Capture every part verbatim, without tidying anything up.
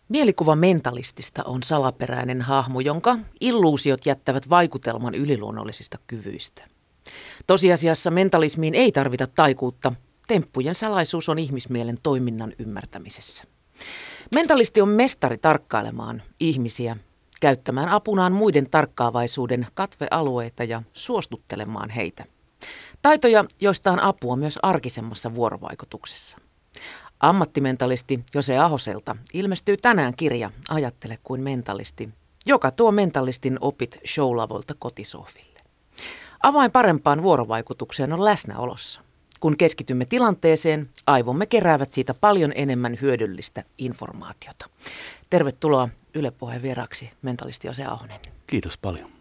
Mielikuva mentalistista on salaperäinen hahmo, jonka illuusiot jättävät vaikutelman yliluonnollisista kyvyistä. Tosiasiassa mentalismiin ei tarvita taikuutta. Temppujen salaisuus on ihmismielen toiminnan ymmärtämisessä. Mentalisti on mestari tarkkailemaan ihmisiä, käyttämään apunaan muiden tarkkaavaisuuden katvealueita ja suostuttelemaan heitä. Taitoja, joista on apua myös arkisemmassa vuorovaikutuksessa. Ammattimentalisti Jose Ahoselta ilmestyy tänään kirja Ajattele kuin mentalisti, joka tuo mentalistin opit showlavolta kotisohville. Avain parempaan vuorovaikutukseen on läsnäolossa. Kun keskitymme tilanteeseen, aivomme keräävät siitä paljon enemmän hyödyllistä informaatiota. Tervetuloa Yle Puheen vieraaksi mentalisti Jose Ahonen. Kiitos paljon.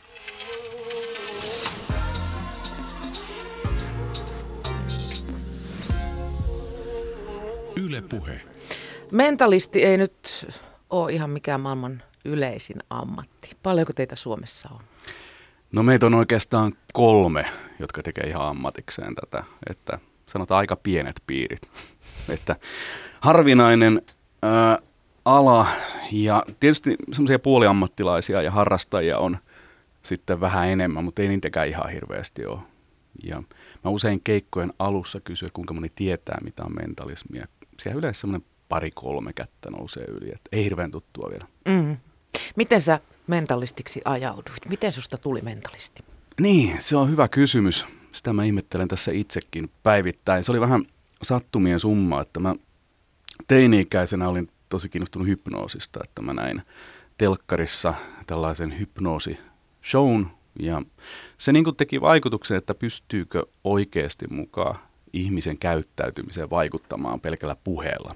Yle Puhe. Mentalisti ei nyt ole ihan mikään maailman yleisin ammatti. Paljonko teitä Suomessa on? No meitä on oikeastaan kolme, jotka tekee ihan ammatikseen tätä, että sanotaan aika pienet piirit. Että harvinainen ää, ala ja tietysti semmoisia puoliammattilaisia ja harrastajia on sitten vähän enemmän, mutta ei niitäkään ihan hirveästi ole. Ja mä usein keikkojen alussa kysyn, että kuinka moni tietää, mitä on mentalismia. Siellä yleensä semmoinen pari-kolme kättä nousee yli, että ei hirveän tuttua vielä. Mm. Miten sä mentalistiksi ajauduit? Miten susta tuli mentalisti? Niin, se on hyvä kysymys. Sitä mä ihmettelen tässä itsekin päivittäin. Se oli vähän sattumien summa, että mä teini-ikäisenä olin tosi kiinnostunut hypnoosista, että mä näin telkkarissa tällaisen hypnoosishown ja se niin kuin teki vaikutuksen, että pystyykö oikeasti mukaan ihmisen käyttäytymiseen vaikuttamaan pelkällä puheella.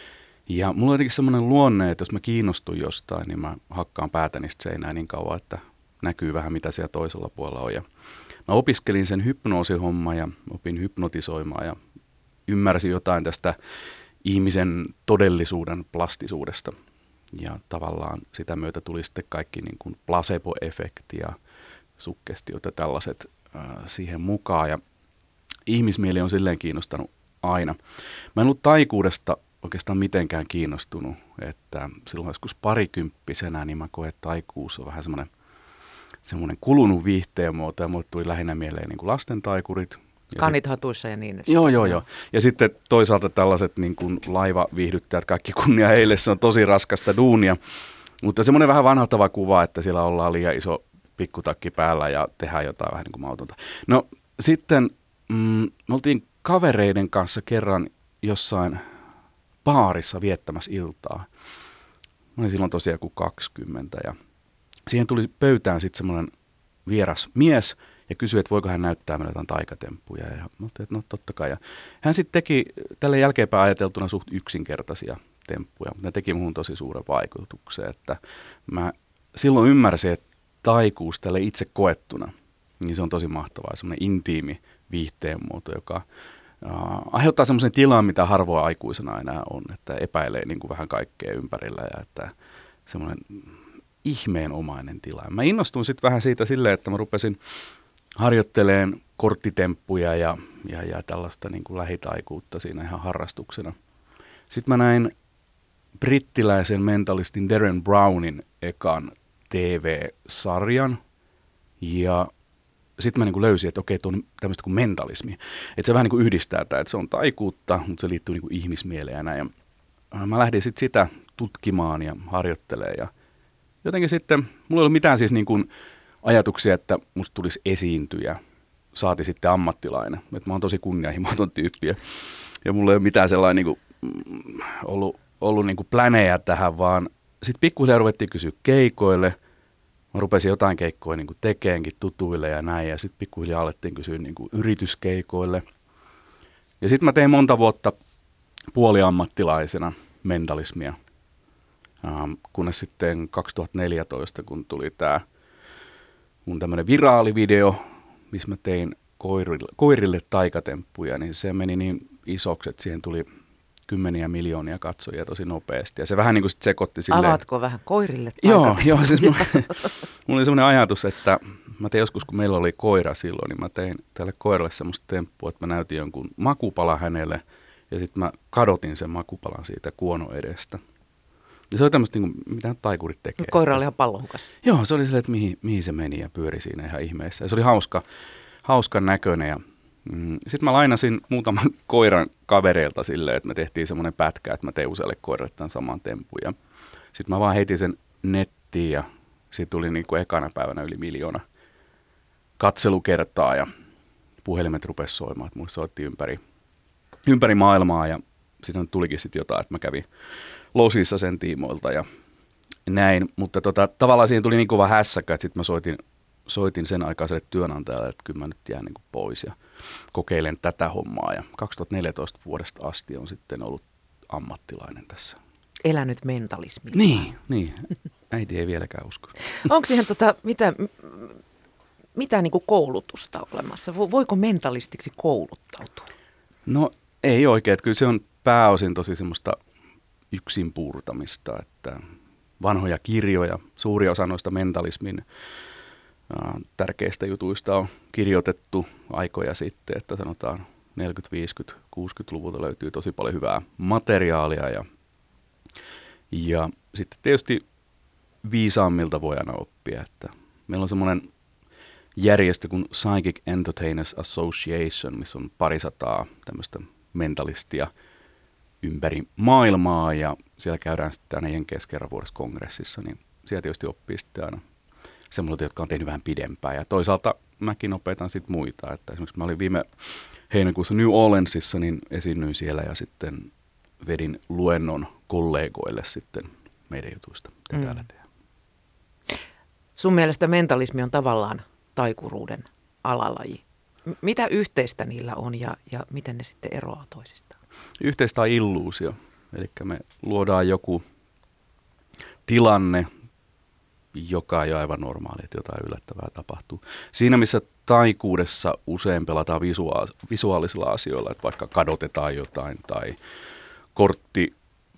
Ja mulla on jotenkin semmoinen luonne, että jos mä kiinnostun jostain, niin mä hakkaan päätäni seinään niin kauan, että näkyy vähän mitä siellä toisella puolella on. Ja mä opiskelin sen hypnoosihomman ja opin hypnotisoimaan ja ymmärsin jotain tästä ihmisen todellisuuden plastisuudesta. Ja tavallaan sitä myötä tuli sitten kaikki niin kuin placebo-efekti ja suggestiot ja tällaiset äh, siihen mukaan. Ja ihmismieli on silleen kiinnostanut aina. Mä en ollut taikuudesta oikeastaan mitenkään kiinnostunut, että silloin joskus parikymppisenä niin mä koen, että taikuus on vähän semmoinen, semmoinen kulunut viihteen muoto ja mulle tuli lähinnä mieleen niin kuin lasten taikurit. Kanit sit, hatuissa ja niin edes. Joo, joo, joo. Ja sitten toisaalta tällaiset niin kuin laivaviihdyttäjät, kaikki kunnia heille, se on tosi raskasta duunia. Mutta semmoinen vähän vanhaltava kuva, että siellä ollaan liian iso pikkutakki päällä ja tehdään jotain vähän niin kuin mautonta. No sitten mm, me oltiin kavereiden kanssa kerran jossain baarissa viettämässä iltaa. Mä olin silloin tosiaan joku kaksikymmentä ja siihen tuli pöytään sitten semmoinen vieras mies ja kysyi, että voiko hän näyttää meille jotain taikatemppuja. Ja mä oltiin, että no totta kai. Ja hän sitten teki tälle jälkeenpäin ajateltuna suht yksinkertaisia temppuja, mutta ne teki muhun tosi suuren vaikutuksen. Että mä silloin ymmärsin, että taikuus tälle itse koettuna, niin se on tosi mahtavaa. Semmoinen intiimi viihteen muoto, joka Uh, aiheuttaa semmoisen tilan, mitä harvoin aikuisena enää on, että epäilee niin kuin vähän kaikkea ympärillä ja että semmoinen ihmeenomainen tila. Mä innostuin sitten vähän siitä silleen, että mä rupesin harjoittelemaan korttitemppuja ja, ja, ja tällaista niin kuin lähitaikuutta siinä ihan harrastuksena. Sitten mä näin brittiläisen mentalistin Derren Brownin ekan T V-sarjan ja sitten mä niin kuin löysin, että okei, tuo on tämmöistä kuin mentalismi. Että se vähän niin kuin yhdistää tämä, että se on taikuutta, mutta se liittyy niin kuin ihmismieleen ja näin. Ja mä lähdin sitten sitä tutkimaan ja harjoittelemaan. Ja jotenkin sitten, mulla ei ollut mitään siis niin kuin ajatuksia, että musta tulisi esiintyjä, saati sitten ammattilainen. Että mä oon tosi kunnianhimoton tyyppi. Ja mulla ei ole mitään sellainen niin kuin, ollut, ollut niin kuin plänejä tähän, vaan sitten pikkuhiljaa ruvettiin kysyä keikoille. Mä rupesin jotain keikkoja niin kuin tekeenkin tutuille ja näin, ja sitten pikkuhiljaa alettiin kysyä niin kuin yrityskeikoille. Ja sitten mä tein monta vuotta puoliammattilaisena mentalismia, ähm, kunnes sitten kaksituhattaneljätoista, kun tuli tämä mun tämmöinen viraalivideo, missä mä tein koirille, koirille taikatemppuja, niin se meni niin isoksi, että siihen tuli kymmeniä miljoonia katsojia tosi nopeasti. Ja se vähän niin kuin sit sekoitti silleen. Avaatko vähän koirille Joo, joo siis mulla, mulla oli semmoinen ajatus, että mä tein joskus, kun meillä oli koira silloin, niin mä tein tälle koiralle semmoista temppua, että mä näytin jonkun makupala hänelle ja sitten mä kadotin sen makupalan siitä kuono edestä. Ja se oli tämmöistä, niin kuin, mitä taikurit tekee. Koira oli ihan pallonhukassa. Joo, se oli silleen, että mihin, mihin se meni ja pyöri siinä ihan ihmeessä. Ja se oli hauska, hauskan näköinen. Ja, mm, sitten mä lainasin muutaman koiran kavereilta silleen, että me tehtiin semmoinen pätkä, että mä tein usealle koiralle tämän saman tempun. Ja sitten mä vaan heitin sen nettiin ja siitä tuli niin kuin ekana päivänä yli miljoona katselukertaa ja puhelimet rupesi soimaan, että mulle soitti ympäri, ympäri maailmaa ja sitten tulikin sitten jotain, että mä kävin losissa sen tiimoilta ja näin, mutta tota, tavallaan siihen tuli niin kova hässäkkä, että sitten mä soitin, soitin sen aikaiselle työnantajalle, että kyllä mä nyt jään niin kuin pois ja kokeilen tätä hommaa ja kaksituhattaneljätoista vuodesta asti on sitten ollut ammattilainen tässä. Elänyt mentalismi. Niin, niin. Äiti ei vieläkään usko. Onko siihen tota, mitä, mitä niin kuin koulutusta olemassa? Voiko mentalistiksi kouluttautua? No ei oikein, että kyllä se on pääosin tosi semmoista yksin puurtamista, että vanhoja kirjoja, suuri osa noista mentalismin äh, tärkeistä jutuista on kirjoitettu aikoja sitten, että sanotaan neljäkymmentä-, viisikymmentä-, kuusikymmentäluvulta löytyy tosi paljon hyvää materiaalia ja, ja sitten tietysti viisaammilta voi aina oppia, että meillä on semmoinen järjestö kuin Psychic Entertainers Association, missä on parisataa tämmöistä mentalistia ympäri maailmaa ja siellä käydään sitten aina Jenkeissä kerran vuodessa kongressissa, niin siellä tietysti oppii sitten aina semmoiset, jotka on tehnyt vähän pidempään ja toisaalta mäkin opetan sitten muita, että esimerkiksi mä olin viime heinäkuussa New Orleansissa, niin esiinnyin siellä ja sitten vedin luennon kollegoille sitten meidän jutuista, mitä mm. täällä tehdään. Sun mielestä mentalismi on tavallaan taikuruuden alalaji. M- mitä yhteistä niillä on ja, ja miten ne sitten eroaa toisistaan? Yhteistä on illuusio. Eli me luodaan joku tilanne, joka ei ole aivan normaali, että jotain yllättävää tapahtuu. Siinä missä taikuudessa usein pelataan visua- visuaalisilla asioilla, että vaikka kadotetaan jotain tai kortti,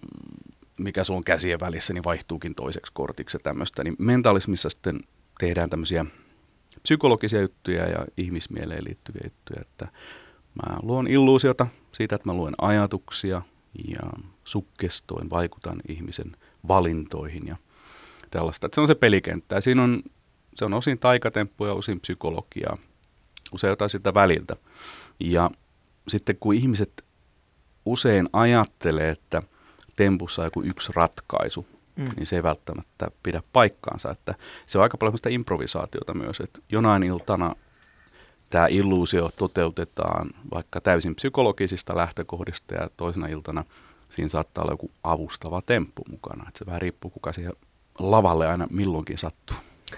mikä sulla on käsien välissä, niin vaihtuukin toiseksi kortiksi ja tämmöistä. Niin mentalismissa sitten tehdään tämmöisiä psykologisia juttuja ja ihmismieleen liittyviä juttuja, että mä luon illuusiota siitä, että mä luen ajatuksia ja suggestoin, vaikutan ihmisen valintoihin ja tällaista. Että se on se pelikenttä ja siinä on, se on osin taikatemppuja, osin psykologiaa, usein jotain siltä väliltä. Ja sitten kun ihmiset usein ajattelee, että tempussa on joku yksi ratkaisu, mm. niin se ei välttämättä pidä paikkaansa. Että se on aika paljon sitä improvisaatiota myös, että jonain iltana tämä illuusio toteutetaan vaikka täysin psykologisista lähtökohdista ja toisena iltana siinä saattaa olla joku avustava temppu mukana. Että se vähän riippuu, kuka siihen lavalle aina milloinkin sattuu.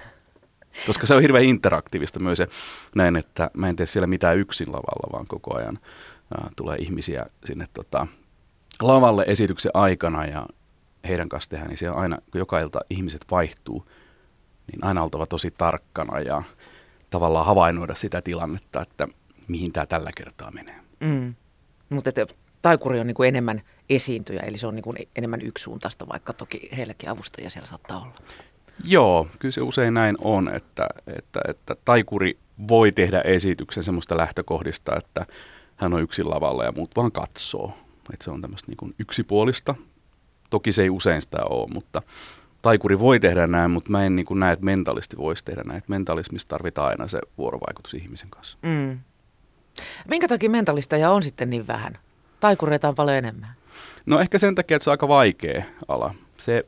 Koska se on hirveän interaktiivista myös ja näin, että mä en tee siellä mitään yksin lavalla, vaan koko ajan ää, tulee ihmisiä sinne tota, lavalle esityksen aikana ja heidän kanssa tehdään, niin siellä aina, kun joka ilta ihmiset vaihtuu, niin aina oltava tosi tarkkana ja tavallaan havainnoida sitä tilannetta, että mihin tämä tällä kertaa menee. Mm. Mutta taikuri on niinku enemmän esiintyjä, eli se on niinku enemmän yksisuuntaista, vaikka toki heilläkin avustajia siellä saattaa olla. Joo, kyllä se usein näin on, että, että, että taikuri voi tehdä esityksen semmoista lähtökohdista, että hän on yksin lavalla ja muut vaan katsoo. Että se on tämmöistä niin kuin yksipuolista. Toki se ei usein sitä ole, mutta taikuri voi tehdä näin, mutta mä en niin kuin näe, että mentalisti voisi tehdä näin. Että mentalismissa tarvitaan aina se vuorovaikutus ihmisen kanssa. Mm. Minkä takia mentalisteja on sitten niin vähän? Taikureita on paljon enemmän. No ehkä sen takia, että se on aika vaikea ala. Se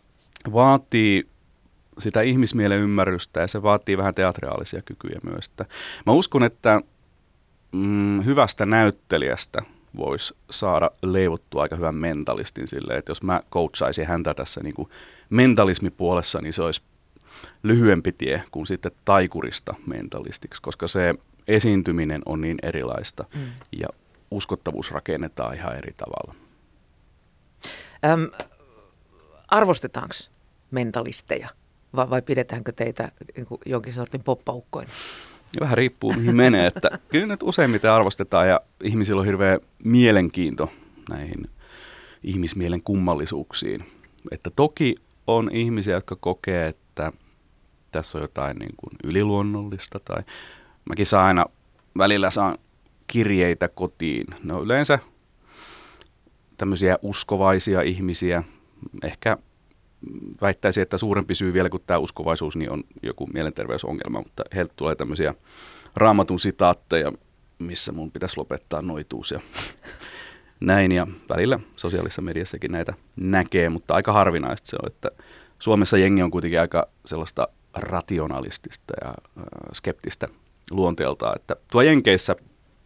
vaatii sitä ihmismielen ymmärrystä ja se vaatii vähän teatraalisia kykyjä myös. Että mä uskon, että mm, hyvästä näyttelijästä voisi saada leivottua aika hyvän mentalistin silleen, että jos mä coachaisin häntä tässä niin kuin mentalismipuolessa, niin se olisi lyhyempi tie kuin sitten taikurista mentalistiksi, koska se esiintyminen on niin erilaista mm. ja uskottavuus rakennetaan ihan eri tavalla. Öm, arvostetaanko mentalisteja vai, vai pidetäänkö teitä niin kuin jonkin sortin poppaukkoina? Vähän riippuu mihin menee, että kyllä nyt useimmiten arvostetaan ja ihmisillä on hirveä mielenkiinto näihin ihmismielen kummallisuuksiin. Että toki on ihmisiä, jotka kokee, että tässä on jotain niin kuin yliluonnollista tai mäkin saan aina, välillä saan kirjeitä kotiin. Ne on yleensä tämmöisiä uskovaisia ihmisiä, ehkä väittäisin, että suurempi syy vielä kuin tämä uskovaisuus, niin on joku mielenterveysongelma, mutta heiltä tulee tämmöisiä Raamatun sitaatteja, missä mun pitäisi lopettaa noituus ja näin, ja välillä sosiaalisessa mediassakin näitä näkee, mutta aika harvinaista se on, että Suomessa jengi on kuitenkin aika sellaista rationalistista ja äh, skeptistä luonteeltaan, että tuo Jenkeissä,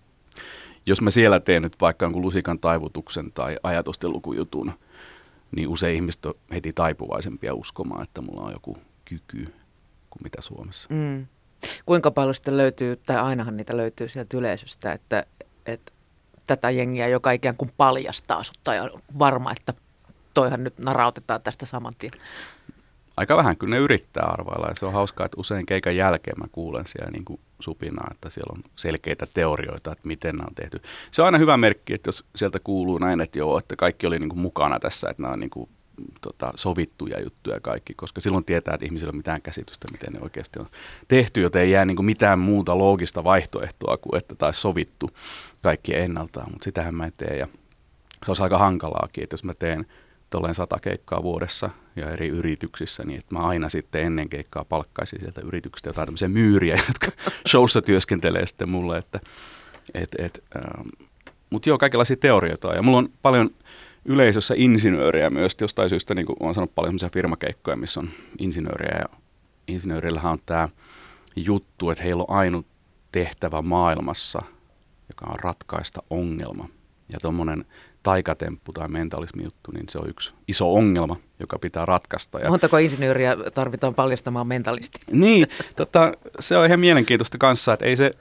jos mä siellä teen nyt vaikka jonkun lusikan taivutuksen tai ajatusten lukujutun, niin usein ihmiset on heti taipuvaisempia uskomaan, että mulla on joku kyky kuin mitä Suomessa. Mm. Kuinka paljon sitten löytyy, tai ainahan niitä löytyy sieltä yleisöstä, että, että tätä jengiä, joka ikään kuin paljastaa sut, tai on varma, että toihan nyt narautetaan tästä saman tien. Aika vähän kyllä ne yrittää arvailla, ja se on hauskaa, että usein keikan jälkeen mä kuulen siellä niin kuin supinaa, että siellä on selkeitä teorioita, että miten nämä on tehty. Se on aina hyvä merkki, että jos sieltä kuuluu näin, että joo, että kaikki oli niin kuin mukana tässä, että nämä on niin kuin, tota, sovittuja juttuja kaikki, koska silloin tietää, että ihmisillä ei ole mitään käsitystä, miten ne oikeasti on tehty, joten ei jää niin kuin mitään muuta loogista vaihtoehtoa kuin, että taisi sovittu kaikki ennaltaan, mutta sitähän mä en tee, ja se olisi aika hankalaakin, että jos mä teen tolleen sata keikkaa vuodessa ja eri yrityksissä, niin että mä aina sitten ennen keikkaa palkkaisin sieltä yrityksistä jotain tämmöisiä myyriä, jotka showssa työskentelee sitten mulle, että et, et, ähm, mutta joo, kaikenlaisia teorioita on, ja mulla on paljon yleisössä insinöörejä myös, jostain syystä niin olen sanonut paljon semmoisia firmakeikkoja, missä on insinöörejä, ja insinöörillähän on tämä juttu, että heillä on ainut tehtävä maailmassa, joka on ratkaista ongelma, ja tommonen taikatemppu tai mentalismi-juttu, niin se on yksi iso ongelma, joka pitää ratkaista. Ja montako insinööriä tarvitaan paljastamaan mentalisti? Niin, tota, se on ihan mielenkiintoista kanssa, että ei se,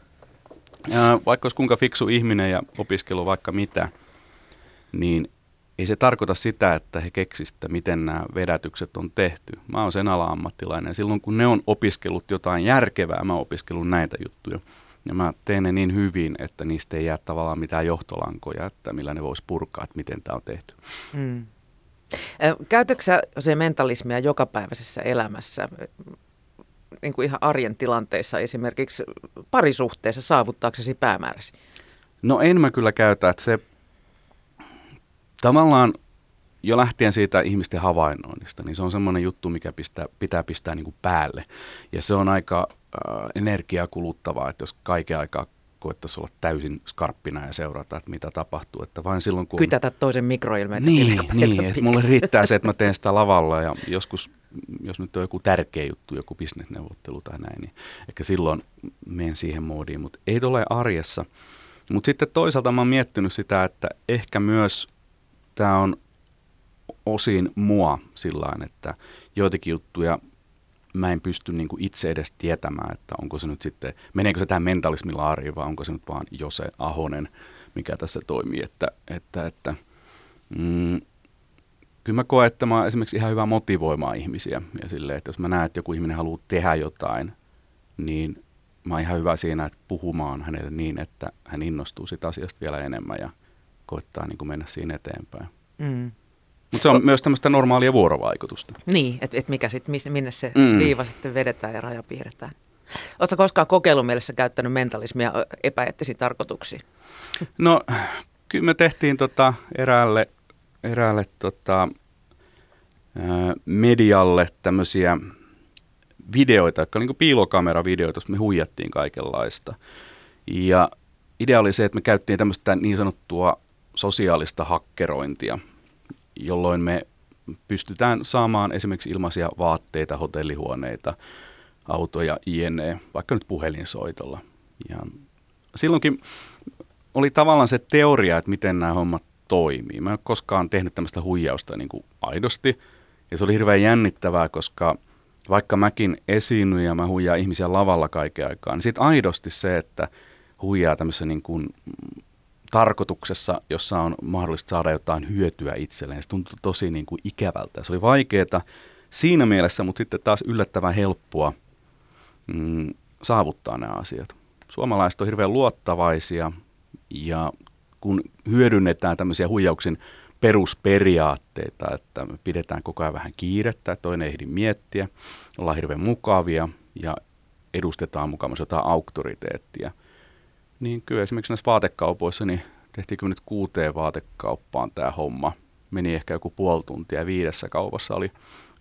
ää, vaikka olisi kuinka fiksu ihminen ja opiskelu vaikka mitä, niin ei se tarkoita sitä, että he keksisivät, miten nämä vedätykset on tehty. Mä oon sen ala-ammattilainen. Silloin kun ne on opiskellut jotain järkevää, mä oon opiskellut näitä juttuja. Ja mä teen ne niin hyvin, että niistä ei jää tavallaan mitään johtolankoja, että millä ne vois purkaa, että miten tämä on tehty. Mm. Käytätkö sä se mentalismia jokapäiväisessä elämässä, niin kuin ihan arjen tilanteissa, esimerkiksi parisuhteessa, saavuttaaksesi päämääräsi? No en mä kyllä käytä, että se tavallaan jo lähtien siitä ihmisten havainnoinnista, niin se on semmoinen juttu, mikä pistää, pitää pistää niin kuin päälle. Ja se on aika äh, energiaa kuluttavaa, että jos kaiken aikaa koettaisiin olla täysin skarppina ja seurata, että mitä tapahtuu. Että vain silloin, kun kytätä toisen mikroilmeitä. Niin, niin että mulle riittää se, että mä teen sitä lavalla ja joskus, jos nyt on joku tärkeä juttu, joku bisnesneuvottelu tai näin, niin ehkä silloin menen siihen moodiin, mutta ei tule arjessa. Mutta sitten toisaalta mä oon miettinyt sitä, että ehkä myös tämä on osin mua sillain, että joitakin juttuja mä en pysty niinku itse edes tietämään, että onko se nyt sitten, meneekö se tähän mentalismilaariin vai onko se nyt vaan Jose Ahonen, mikä tässä toimii, että, että, että mm, kyllä mä koen, että mä oon esimerkiksi ihan hyvä motivoimaan ihmisiä ja silleen, että jos mä näen, että joku ihminen haluaa tehdä jotain, niin mä oon ihan hyvä siinä, että puhumaan hänelle niin, että hän innostuu siitä asiasta vielä enemmän ja koittaa niin kuin mennä siinä eteenpäin. Mm. Mutta se on o- myös tämmöistä normaalia vuorovaikutusta. Niin, että et mikä sitten, minne se mm. viiva sitten vedetään ja raja piirretään. Oletko koskaan kokeilumielessä käyttänyt mentalismia epäeettisiin tarkoituksiin? No, kyllä me tehtiin tota eräälle, eräälle tota, ää, medialle tämmöisiä videoita, jotka oli niin kuin piilokameravideoita, joista me huijattiin kaikenlaista. Ja idea oli se, että me käyttiin tämmöistä niin sanottua sosiaalista hakkerointia, jolloin me pystytään saamaan esimerkiksi ilmaisia vaatteita, hotellihuoneita, autoja, jne, vaikka nyt puhelinsoitolla. Ja silloinkin oli tavallaan se teoria, että miten nämä hommat toimii. Mä en ole koskaan tehnyt tämmöistä huijausta niin kuin aidosti, ja se oli hirveän jännittävää, koska vaikka mäkin esiinnyin ja mä huijaan ihmisiä lavalla kaiken aikaa, niin sitten aidosti se, että huijaa tämmöisessä niin kuin tarkoituksessa, jossa on mahdollista saada jotain hyötyä itselleen. Se tuntui tosi niin kuin ikävältä. Se oli vaikeaa siinä mielessä, mutta sitten taas yllättävän helppoa mm, saavuttaa nämä asiat. Suomalaiset on hirveän luottavaisia ja kun hyödynnetään tämmöisiä huijauksin perusperiaatteita, että me pidetään koko ajan vähän kiirettä, että toinen ei ehdi miettiä, ollaan hirveän mukavia ja edustetaan mukavasti jotain auktoriteettia. Niin kyllä esimerkiksi näissä vaatekaupoissa, niin tehtiinkö nyt kuuteen vaatekauppaan tämä homma. Meni ehkä joku puoli tuntia ja viidessä kaupassa oli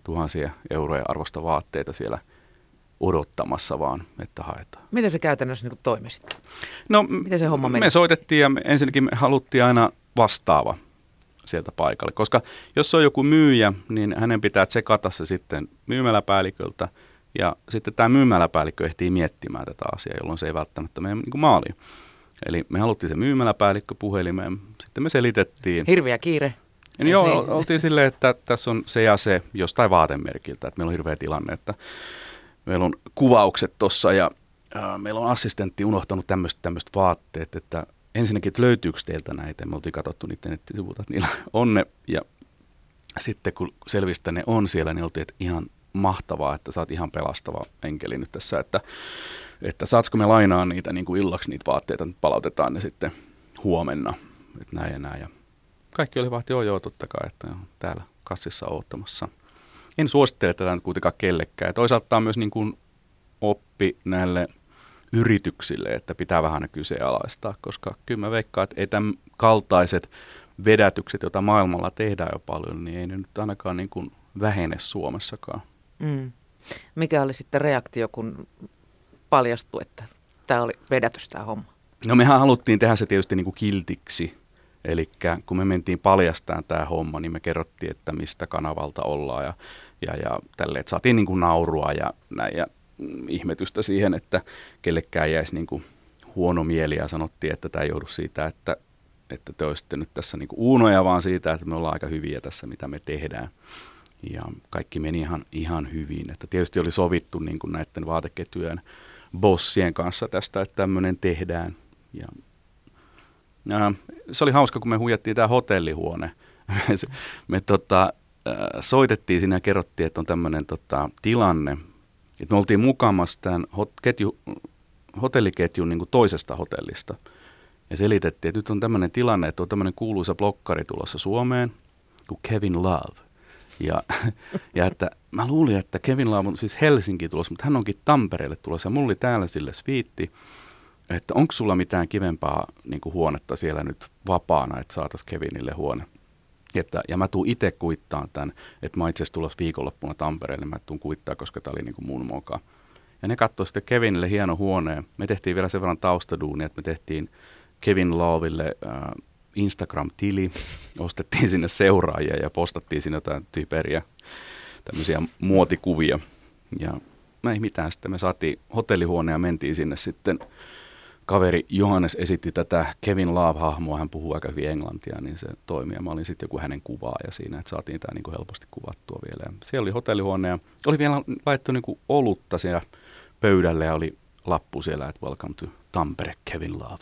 tuhansia euroja arvosta vaatteita siellä odottamassa vaan, että haetaan. Miten se käytännössä niin toimi sitten? No, miten se homma meni? Me soitettiin ja me ensinnäkin me haluttiin aina vastaava sieltä paikalle, koska jos on joku myyjä, niin hänen pitää tsekata se sitten myymäläpäälliköltä, ja sitten tämä myymäläpäällikkö ehtii miettimään tätä asiaa, jolloin se ei välttämättä mene niin kuin maaliin. Eli me haluttiin se myymäläpäällikkö puhelimeen, sitten me selitettiin. Hirveä kiire. Niin joo, niin? Oltiin silleen, että tässä on se ja se jostain vaatemerkiltä, että meillä on hirveä tilanne, että meillä on kuvaukset tuossa ja äh, meillä on assistentti unohtanut tämmöiset tämmöiset vaatteet, että ensinnäkin, että löytyykö teiltä näitä, me oltiin katsottu niiden nettisivulta, että niillä on ne, ja sitten kun selvisi, että ne on siellä, niin oltiin, että ihan mahtavaa, että sä oot ihan pelastava enkeli nyt tässä, että, että saatko me lainaa niitä niin kuin illaksi niitä vaatteita, nyt palautetaan ne sitten huomenna, että näin ja näin. Ja kaikki oli vaan, että joo joo, totta kai, että on täällä kassissa odottamassa. En suosittele tätä nyt kuitenkaan kellekään. Toisaalta tämä on myös niin kuin oppi näille yrityksille, että pitää vähän kyseenalaistaa, koska kyllä mä veikkaan, että ei tämän kaltaiset vedätykset, joita maailmalla tehdään jo paljon, niin ei ne nyt ainakaan niin kuin vähene Suomessakaan. Mm. Mikä oli sitten reaktio, kun paljastui, että tämä oli vedätys tämä homma? No mehän haluttiin tehdä se tietysti niin kuin kiltiksi. Eli kun me mentiin paljastamaan tämä homma, niin me kerrottiin, että mistä kanavalta ollaan ja, ja, ja tälleen, että saatiin niin kuin naurua ja näin ja ihmetystä siihen, että kellekään jäisi niin kuin huono mieli ja sanottiin, että tämä ei johdu siitä, että, että te olisitte nyt tässä niin kuin uunoja, vaan siitä, että me ollaan aika hyviä tässä, mitä me tehdään. Ja kaikki meni ihan, ihan hyvin. Että tietysti oli sovittu niin kuin näiden vaateketjujen bossien kanssa tästä, että tämmöinen tehdään. Ja, ja se oli hauska, kun me huijattiin tämä hotellihuone. me tota, soitettiin siinä ja kerrottiin, että on tämmöinen tota, tilanne, että me oltiin mukamassa tämän hot, ketju, hotelliketjun niin kuin toisesta hotellista. Ja selitettiin, että nyt on tämmöinen tilanne, että on tämmöinen kuuluisa blokkari tulossa Suomeen kuin Kevin Love. Ja, ja että mä luulin, että Kevin Love on siis Helsinkiin tulossa, mutta hän onkin Tampereelle tulossa. Ja mulla oli täällä sille sviitti, että onko sulla mitään kivempaa niin kuin huonetta siellä nyt vapaana, että saataisiin Kevinille huone. Että, ja mä tuun itse kuittaan tämän, että mä itse asiassa tulossa viikonloppuna Tampereelle, mä tuun kuittaa, koska tää oli niin kuin mun moka. Ja ne katsoi sitten Kevinille hieno huoneen. Me tehtiin vielä sen verran taustaduunia, että me tehtiin Kevin Lovelle äh, Instagram-tili, ostettiin sinne seuraajia ja postattiin sinne jotain typeriä tämmöisiä muotikuvia. Ja mä ei mitään, sitten me saatiin hotellihuone ja mentiin sinne sitten. Kaveri Johannes esitti tätä Kevin Love-hahmoa, hän puhuu aika hyvin englantia, niin se toimi. Ja mä olin sitten joku hänen kuvaaja siinä, että saatiin tämä niinku helposti kuvattua vielä. Ja siellä oli hotellihuone ja oli vielä laittu niinku olutta siellä pöydälle ja oli lappu siellä, että welcome to Tampere, Kevin Love.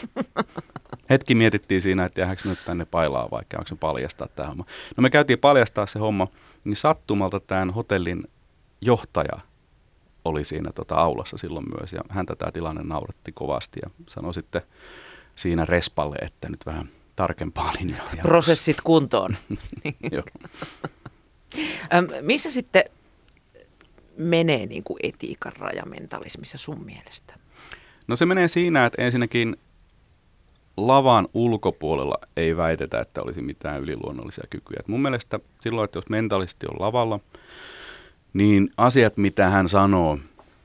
Hetki mietittiin siinä, että jäädäänkö me nyt tänne pailaa vaikka, onko se paljastaa tämä homma. No me käytiin paljastaa se homma, niin sattumalta tämän hotellin johtaja oli siinä tota aulassa silloin myös, ja häntä tämä tilanne nauratti kovasti, ja sanoi sitten siinä respalle, että nyt vähän tarkempaa linjaa. Prosessit kuntoon. Joo. Missä sitten menee niin kuin etiikan raja mentalismissa sun mielestä? No se menee siinä, että ensinnäkin lavan ulkopuolella ei väitetä, että olisi mitään yliluonnollisia kykyjä. Et mun mielestä silloin, että jos mentalisti on lavalla, niin asiat, mitä hän sanoo,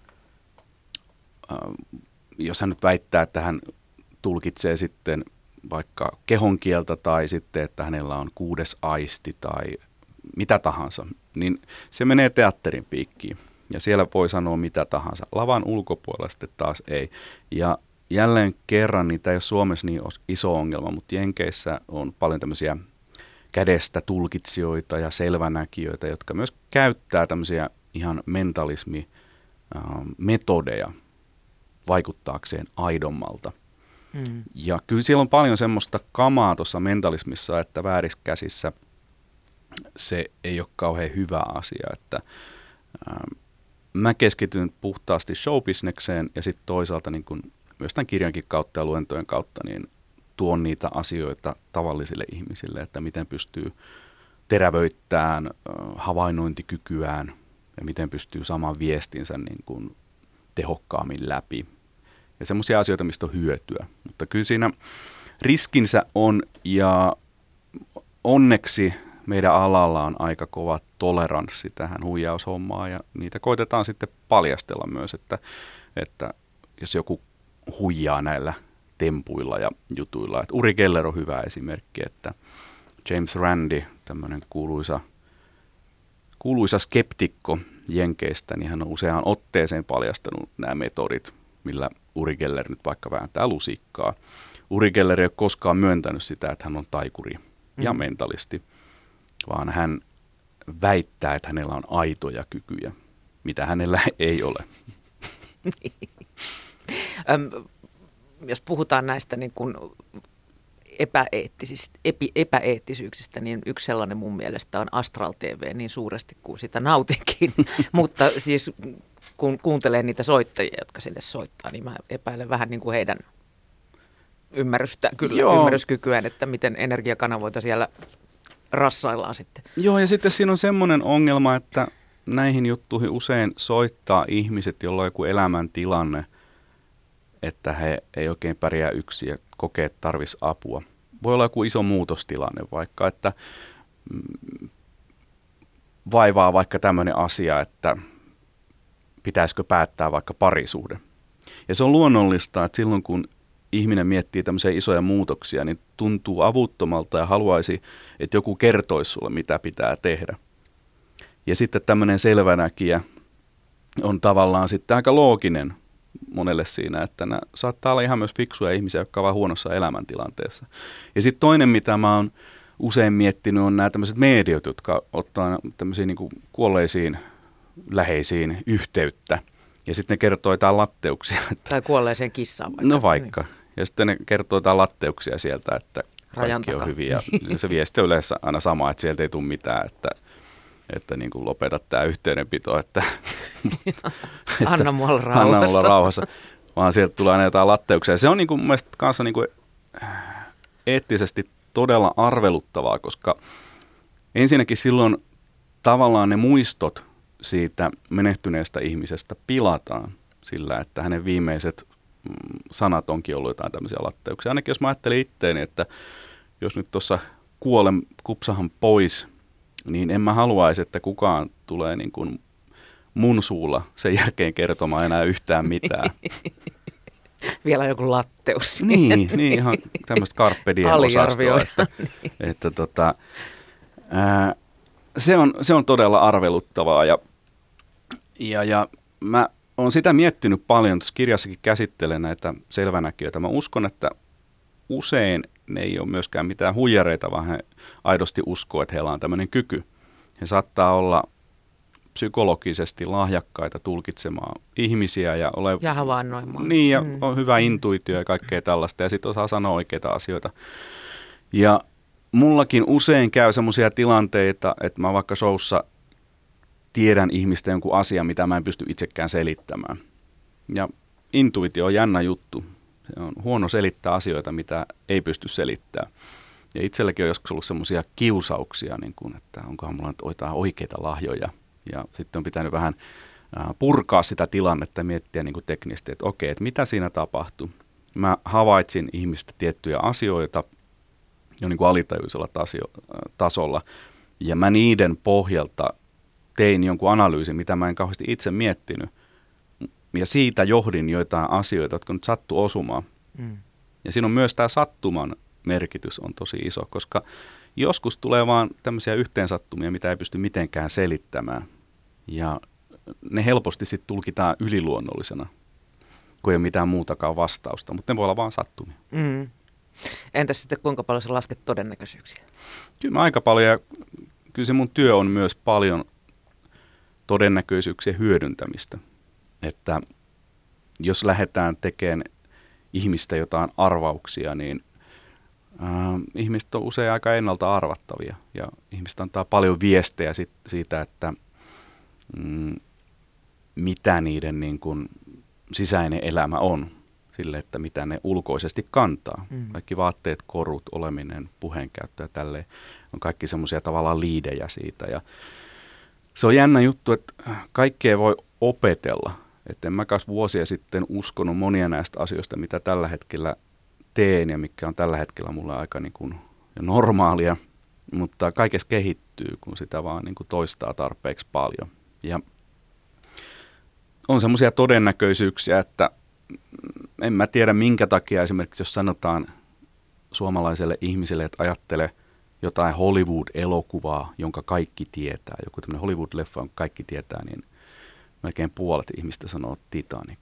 äh, jos hän nyt väittää, että hän tulkitsee sitten vaikka kehonkieltä tai sitten, että hänellä on kuudes aisti tai mitä tahansa, niin se menee teatterin piikkiin. Ja siellä voi sanoa mitä tahansa. Lavan ulkopuolella sitten taas ei. Ja jälleen kerran, niin tämä ei ole Suomessa niin iso ongelma, mutta Jenkeissä on paljon tämmöisiä kädestä tulkitsijoita ja selvänäkijöitä, jotka myös käyttää tämmöisiä ihan mentalismimetodeja vaikuttaakseen aidommalta. Mm. Ja kyllä siellä on paljon semmoista kamaa tuossa mentalismissa, että väärissä käsissä se ei ole kauhean hyvä asia. Että, ää, mä keskityn puhtaasti showbisnekseen ja sitten toisaalta niin kun myös tämän kirjankin kautta ja luentojen kautta niin tuon niitä asioita tavallisille ihmisille, että miten pystyy terävöittämään havainnointikykyään ja miten pystyy saamaan viestinsä niin kuin tehokkaammin läpi. Ja semmoisia asioita, mistä on hyötyä. Mutta kyllä siinä riskinsä on ja onneksi meidän alalla on aika kova toleranssi tähän huijaushommaan ja niitä koitetaan sitten paljastella myös, että, että jos joku huijaa näillä tempuilla ja jutuilla. Et Uri Geller on hyvä esimerkki, että James Randi, tämmöinen kuuluisa, kuuluisa skeptikko Jenkeistä, niin hän on useaan otteeseen paljastanut nämä metodit, millä Uri Geller nyt vaikka vääntää lusikkaa. Uri Geller ei ole koskaan myöntänyt sitä, että hän on taikuri ja mm. mentalisti, vaan hän väittää, että hänellä on aitoja kykyjä, mitä hänellä ei ole. Jos puhutaan näistä niin kuin epäeettisistä, epi, epäeettisyyksistä, niin yksi sellainen mun mielestä on Astral T V niin suuresti kuin sitä nautinkin. Mutta siis kun kuuntelee niitä soittajia, jotka sinne soittaa, niin mä epäilen vähän niin kuin heidän ymmärrystä, kyllä Joo. ymmärryskykyään, että miten energiakanavoita siellä rassaillaan sitten. Joo, ja sitten siinä on semmoinen ongelma, että näihin juttuihin usein soittaa ihmiset, joilla on joku elämäntilanne, että he ei oikein pärjää yksin ja kokee, että tarvitsisi apua. Voi olla joku iso muutostilanne vaikka, että mm, vaivaa vaikka tämmöinen asia, että pitäisikö päättää vaikka parisuhde. Ja se on luonnollista, että silloin kun ihminen miettii tämmöisiä isoja muutoksia, niin tuntuu avuttomalta ja haluaisi, että joku kertoisi sulle, mitä pitää tehdä. Ja sitten tämmöinen selvänäkijä on tavallaan sitten aika looginen monelle siinä, että nämä saattaa olla ihan myös fiksuja ihmisiä, jotka ovat huonossa elämäntilanteessa. Ja sitten toinen, mitä mä oon usein miettinyt, on nämä tämmöiset mediot, jotka ottaa tämmöisiin niin kuin kuolleisiin läheisiin yhteyttä. Ja sitten ne kertoo jotain latteuksia. Tai kuolleeseen kissaan vaikka. No vaikka. Ja sitten ne kertoo jotain latteuksia sieltä, että kaikki on hyviä. Ja se viesti on yleensä aina sama, että sieltä ei tule mitään, että, että niin kuin lopeta tämä yhteydenpito. Että, että anna mulla rauhassa. Anna mulla rauhassa. Vaan sieltä tulee aina jotain latteuksia. Ja se on niin kuin mun mielestä kanssa niin kuin eettisesti todella arveluttavaa, koska ensinnäkin silloin tavallaan ne muistot siitä menehtyneestä ihmisestä pilataan sillä, että hänen viimeiset sanat onkin ollut jotain tämmöisiä latteuksia. Ainakin jos mä ajattelin itteeni, että jos nyt tuossa kuolen kupsahan pois, niin en mä haluaisi, että kukaan tulee niin kuin mun suulla sen jälkeen kertomaan enää yhtään mitään. Vielä joku latteus. Niin, niin ihan tämmöistä carpe diem osastoa, että, että tota, ää, se, on, se on todella arveluttavaa ja, ja, ja mä oon sitä miettinyt paljon, tuossa kirjassakin käsittelen näitä selvänäkijöitä. Mä uskon, että usein ne ei ole myöskään mitään huijareita, vaan he aidosti uskoo, että heillä on tämmöinen kyky. He saattaa olla psykologisesti lahjakkaita tulkitsemaan ihmisiä ja ole... Ja havainnoimaan. Niin, ja mm. on hyvä intuitio ja kaikkea tällaista, ja sitten osaa sanoa oikeita asioita. Ja mullakin usein käy semmoisia tilanteita, että mä vaikka showssa tiedän ihmistä jonkun asian, mitä mä en pysty itsekään selittämään. Ja intuitio on jännä juttu. Se on huono selittää asioita, mitä ei pysty selittämään. Ja itselläkin on joskus ollut semmoisia kiusauksia, niin kuin, että onkohan mulla nyt jotain oikeita lahjoja. Ja sitten on pitänyt vähän purkaa sitä tilannetta ja miettiä niin kuin teknisesti, että okei, että mitä siinä tapahtui. Mä havaitsin ihmistä tiettyjä asioita jo niin kuin alitajuisella tasolla, ja mä niiden pohjalta tein jonkun analyysin, mitä mä en kauheasti itse miettinyt, ja siitä johdin joitain asioita, jotka nyt sattuu osumaan. Mm. Ja siinä on myös tämä sattuman merkitys on tosi iso, koska joskus tulee vaan tämmöisiä yhteensattumia, mitä ei pysty mitenkään selittämään. Ja ne helposti sitten tulkitaan yliluonnollisena, kun ei ole mitään muutakaan vastausta, mutta ne voi olla vaan sattumia. Mm. Entäs sitten kuinka paljon sä lasket todennäköisyyksiä? Kyllä mä aika paljon, ja kyllä se mun työ on myös paljon todennäköisyyksien hyödyntämistä. Että jos lähdetään tekemään ihmistä jotain arvauksia, niin äh, ihmiset on usein aika ennalta arvattavia. Ja ihmiset antaa paljon viestejä sit, siitä, että mm, mitä niiden niin kun, sisäinen elämä on. Sille, että mitä ne ulkoisesti kantaa. Mm. Kaikki vaatteet, korut, oleminen, puheenkäyttö ja tälleen on kaikki semmoisia tavallaan liidejä siitä. Ja se on jännä juttu, että kaikkea voi opetella. Että en mä kanssa vuosia sitten uskonut monia näistä asioista, mitä tällä hetkellä teen ja mikä on tällä hetkellä mulle aika niin kuin normaalia. mutta kaikessa kehittyy, kun sitä vaan niin kuin toistaa tarpeeksi paljon. Ja on semmoisia todennäköisyyksiä, että en mä tiedä minkä takia esimerkiksi, jos sanotaan suomalaiselle ihmiselle, että ajattele jotain Hollywood-elokuvaa, jonka kaikki tietää, joku tämmöinen Hollywood-leffa, jonka kaikki tietää, niin melkein puolet ihmistä sanoo Titanic.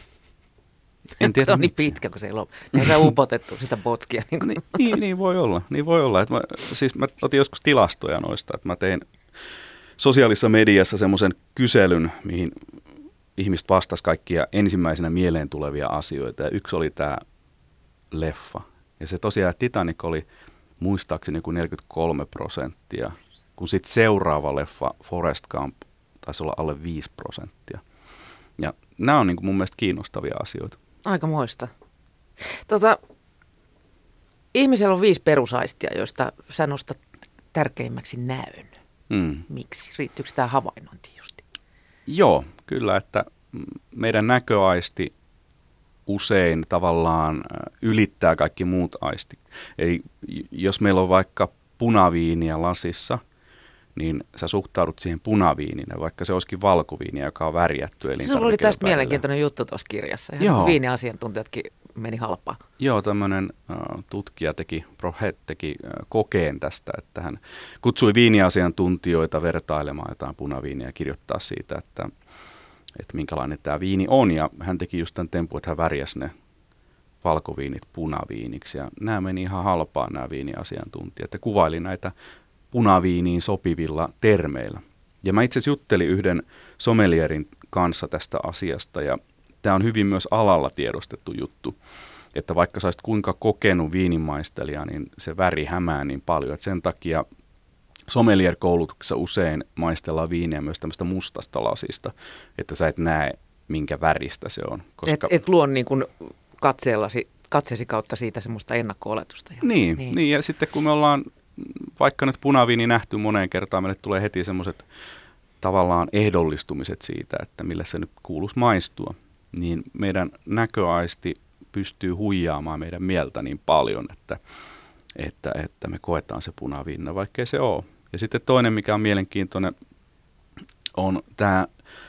En tiedä, se on niin pitkä, kun se ei ole. Ei saa upotettu sitä botskia. Niin, niin, niin, niin voi olla. Niin voi olla. Että mä, siis mä otin joskus tilastoja noista, että mä tein sosiaalisessa mediassa semmoisen kyselyn, mihin ihmiset vastasivat kaikkia ensimmäisenä mieleen tulevia asioita. Ja yksi oli tämä leffa. Ja se tosiaan Titanic oli muistaakseni kuin neljäkymmentäkolme prosenttia, kun sitten seuraava leffa Forrest Gump taisi olla alle viisi prosenttia. Ja nämä on niin kuin mun mielestä kiinnostavia asioita. Aika moista. Tota, ihmisellä on viisi perusaistia, joista sä nostat tärkeimmäksi näön. Mm. Miksi? Riittyykö tämä havainnointiin justi? Joo, kyllä, että meidän näköaisti usein tavallaan ylittää kaikki muut aistit. Eli jos meillä on vaikka punaviiniä lasissa, niin sä suhtaudut siihen punaviininä, vaikka se olisikin valkoviiniä, joka on värjätty. Sulla oli tästä mielenkiintoinen juttu tuossa kirjassa. Ihan viiniasiantuntijatkin meni halpaa. Joo, tämmöinen uh, tutkija teki, Prohet teki uh, kokeen tästä, että hän kutsui viiniasiantuntijoita vertailemaan jotain punaviiniä ja kirjoittaa siitä, että, että minkälainen tämä viini on. Ja hän teki just tämän tempun, että hän värjäsi ne valkoviinit punaviiniksi. Ja nämä meni ihan halpaan nämä viiniasiantuntijat ja kuvaili näitä punaviiniin sopivilla termeillä. Ja mä itse asiassa juttelin yhden sommelierin kanssa tästä asiasta, ja tämä on hyvin myös alalla tiedostettu juttu, että vaikka sä olisit kuinka kokenut viinimaistelija, niin se väri hämää niin paljon, että sen takia sommelier-koulutuksessa usein maistellaan viiniä myös tämmöistä mustasta lasista, että sä et näe, minkä väristä se on. Koska et, et luo niin kuin katseellasi, katseesi kautta siitä semmoista ennakko-oletusta. Niin, niin. niin, ja sitten kun me ollaan vaikka nyt punaviini nähty moneen kertaan, meille tulee heti semmoiset tavallaan ehdollistumiset siitä, että millä se nyt kuuluisi maistua, niin meidän näköaisti pystyy huijaamaan meidän mieltä niin paljon, että, että, että me koetaan se punaviina, vaikkei se ole. Ja sitten toinen, mikä on mielenkiintoinen, on tämä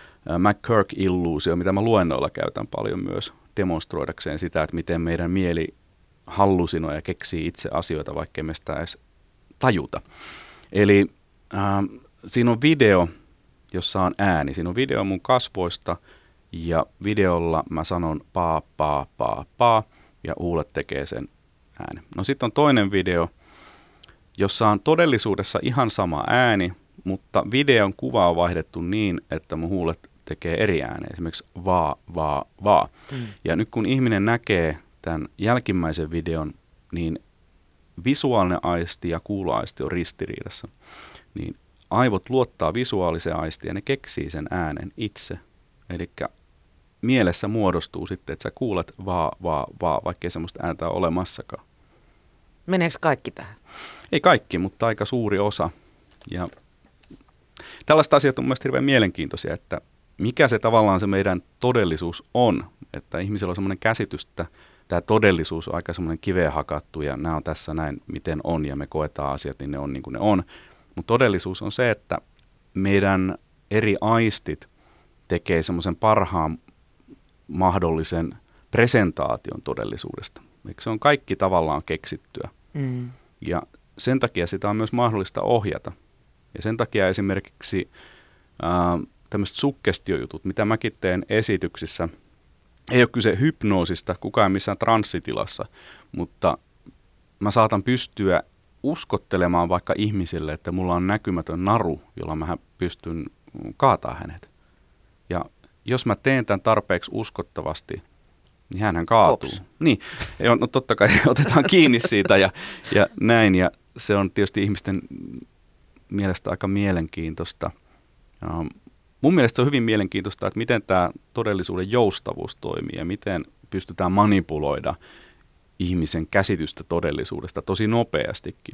McCurk-illuusio, mitä mä luennoilla käytän paljon myös demonstroidakseen sitä, että miten meidän mieli hallusinoi ja keksii itse asioita, vaikkei me sitä edes tajuta. Eli äh, siinä on video, jossa on ääni. Siinä on video mun kasvoista ja videolla mä sanon paa, paa, paa, paa ja huulet tekee sen ääni. No sitten on toinen video, jossa on todellisuudessa ihan sama ääni, mutta videon kuva on vaihdettu niin, että mun huulet tekee eri ääniä. Esimerkiksi vaa, vaa, vaa. Mm. Ja nyt kun ihminen näkee tämän jälkimmäisen videon, niin visuaalinen aisti ja kuuloaisti on ristiriidassa, niin aivot luottaa visuaaliseen aistiin ja ne keksii sen äänen itse. Eli mielessä muodostuu sitten, että sä kuulet vaa, vaa, vaa, vaikkei semmoista ääntä ole olemassakaan. Meneekö kaikki tähän? Ei kaikki, mutta aika suuri osa. Ja tällaiset asiat on mielestäni hirveän mielenkiintoisia, että mikä se tavallaan se meidän todellisuus on. Että ihmisellä on semmoinen käsitys, että tämä todellisuus on aika semmoinen kiveen hakattu ja nämä on tässä näin, miten on ja me koetaan asiat, niin ne on niin kuin ne on. Mutta todellisuus on se, että meidän eri aistit tekee semmoisen parhaan mahdollisen presentaation todellisuudesta. Eikö se on kaikki tavallaan keksittyä. Mm. Ja sen takia sitä on myös mahdollista ohjata. Ja sen takia esimerkiksi ää, tämmöiset suggestiojutut, mitä mäkin teen esityksissä, ei ole kyse hypnoosista, kukaan ei missään transsitilassa, mutta mä saatan pystyä uskottelemaan vaikka ihmisille, että mulla on näkymätön naru, jolla mä pystyn kaataa hänet. Ja jos mä teen tämän tarpeeksi uskottavasti, niin hänhän kaatuu. Kops. Niin, no totta kai otetaan kiinni siitä ja, ja näin, ja se on tietysti ihmisten mielestä aika mielenkiintoista. Um, mun mielestä se on hyvin mielenkiintoista, että miten tämä todellisuuden joustavuus toimii ja miten pystytään manipuloida ihmisen käsitystä todellisuudesta tosi nopeastikin.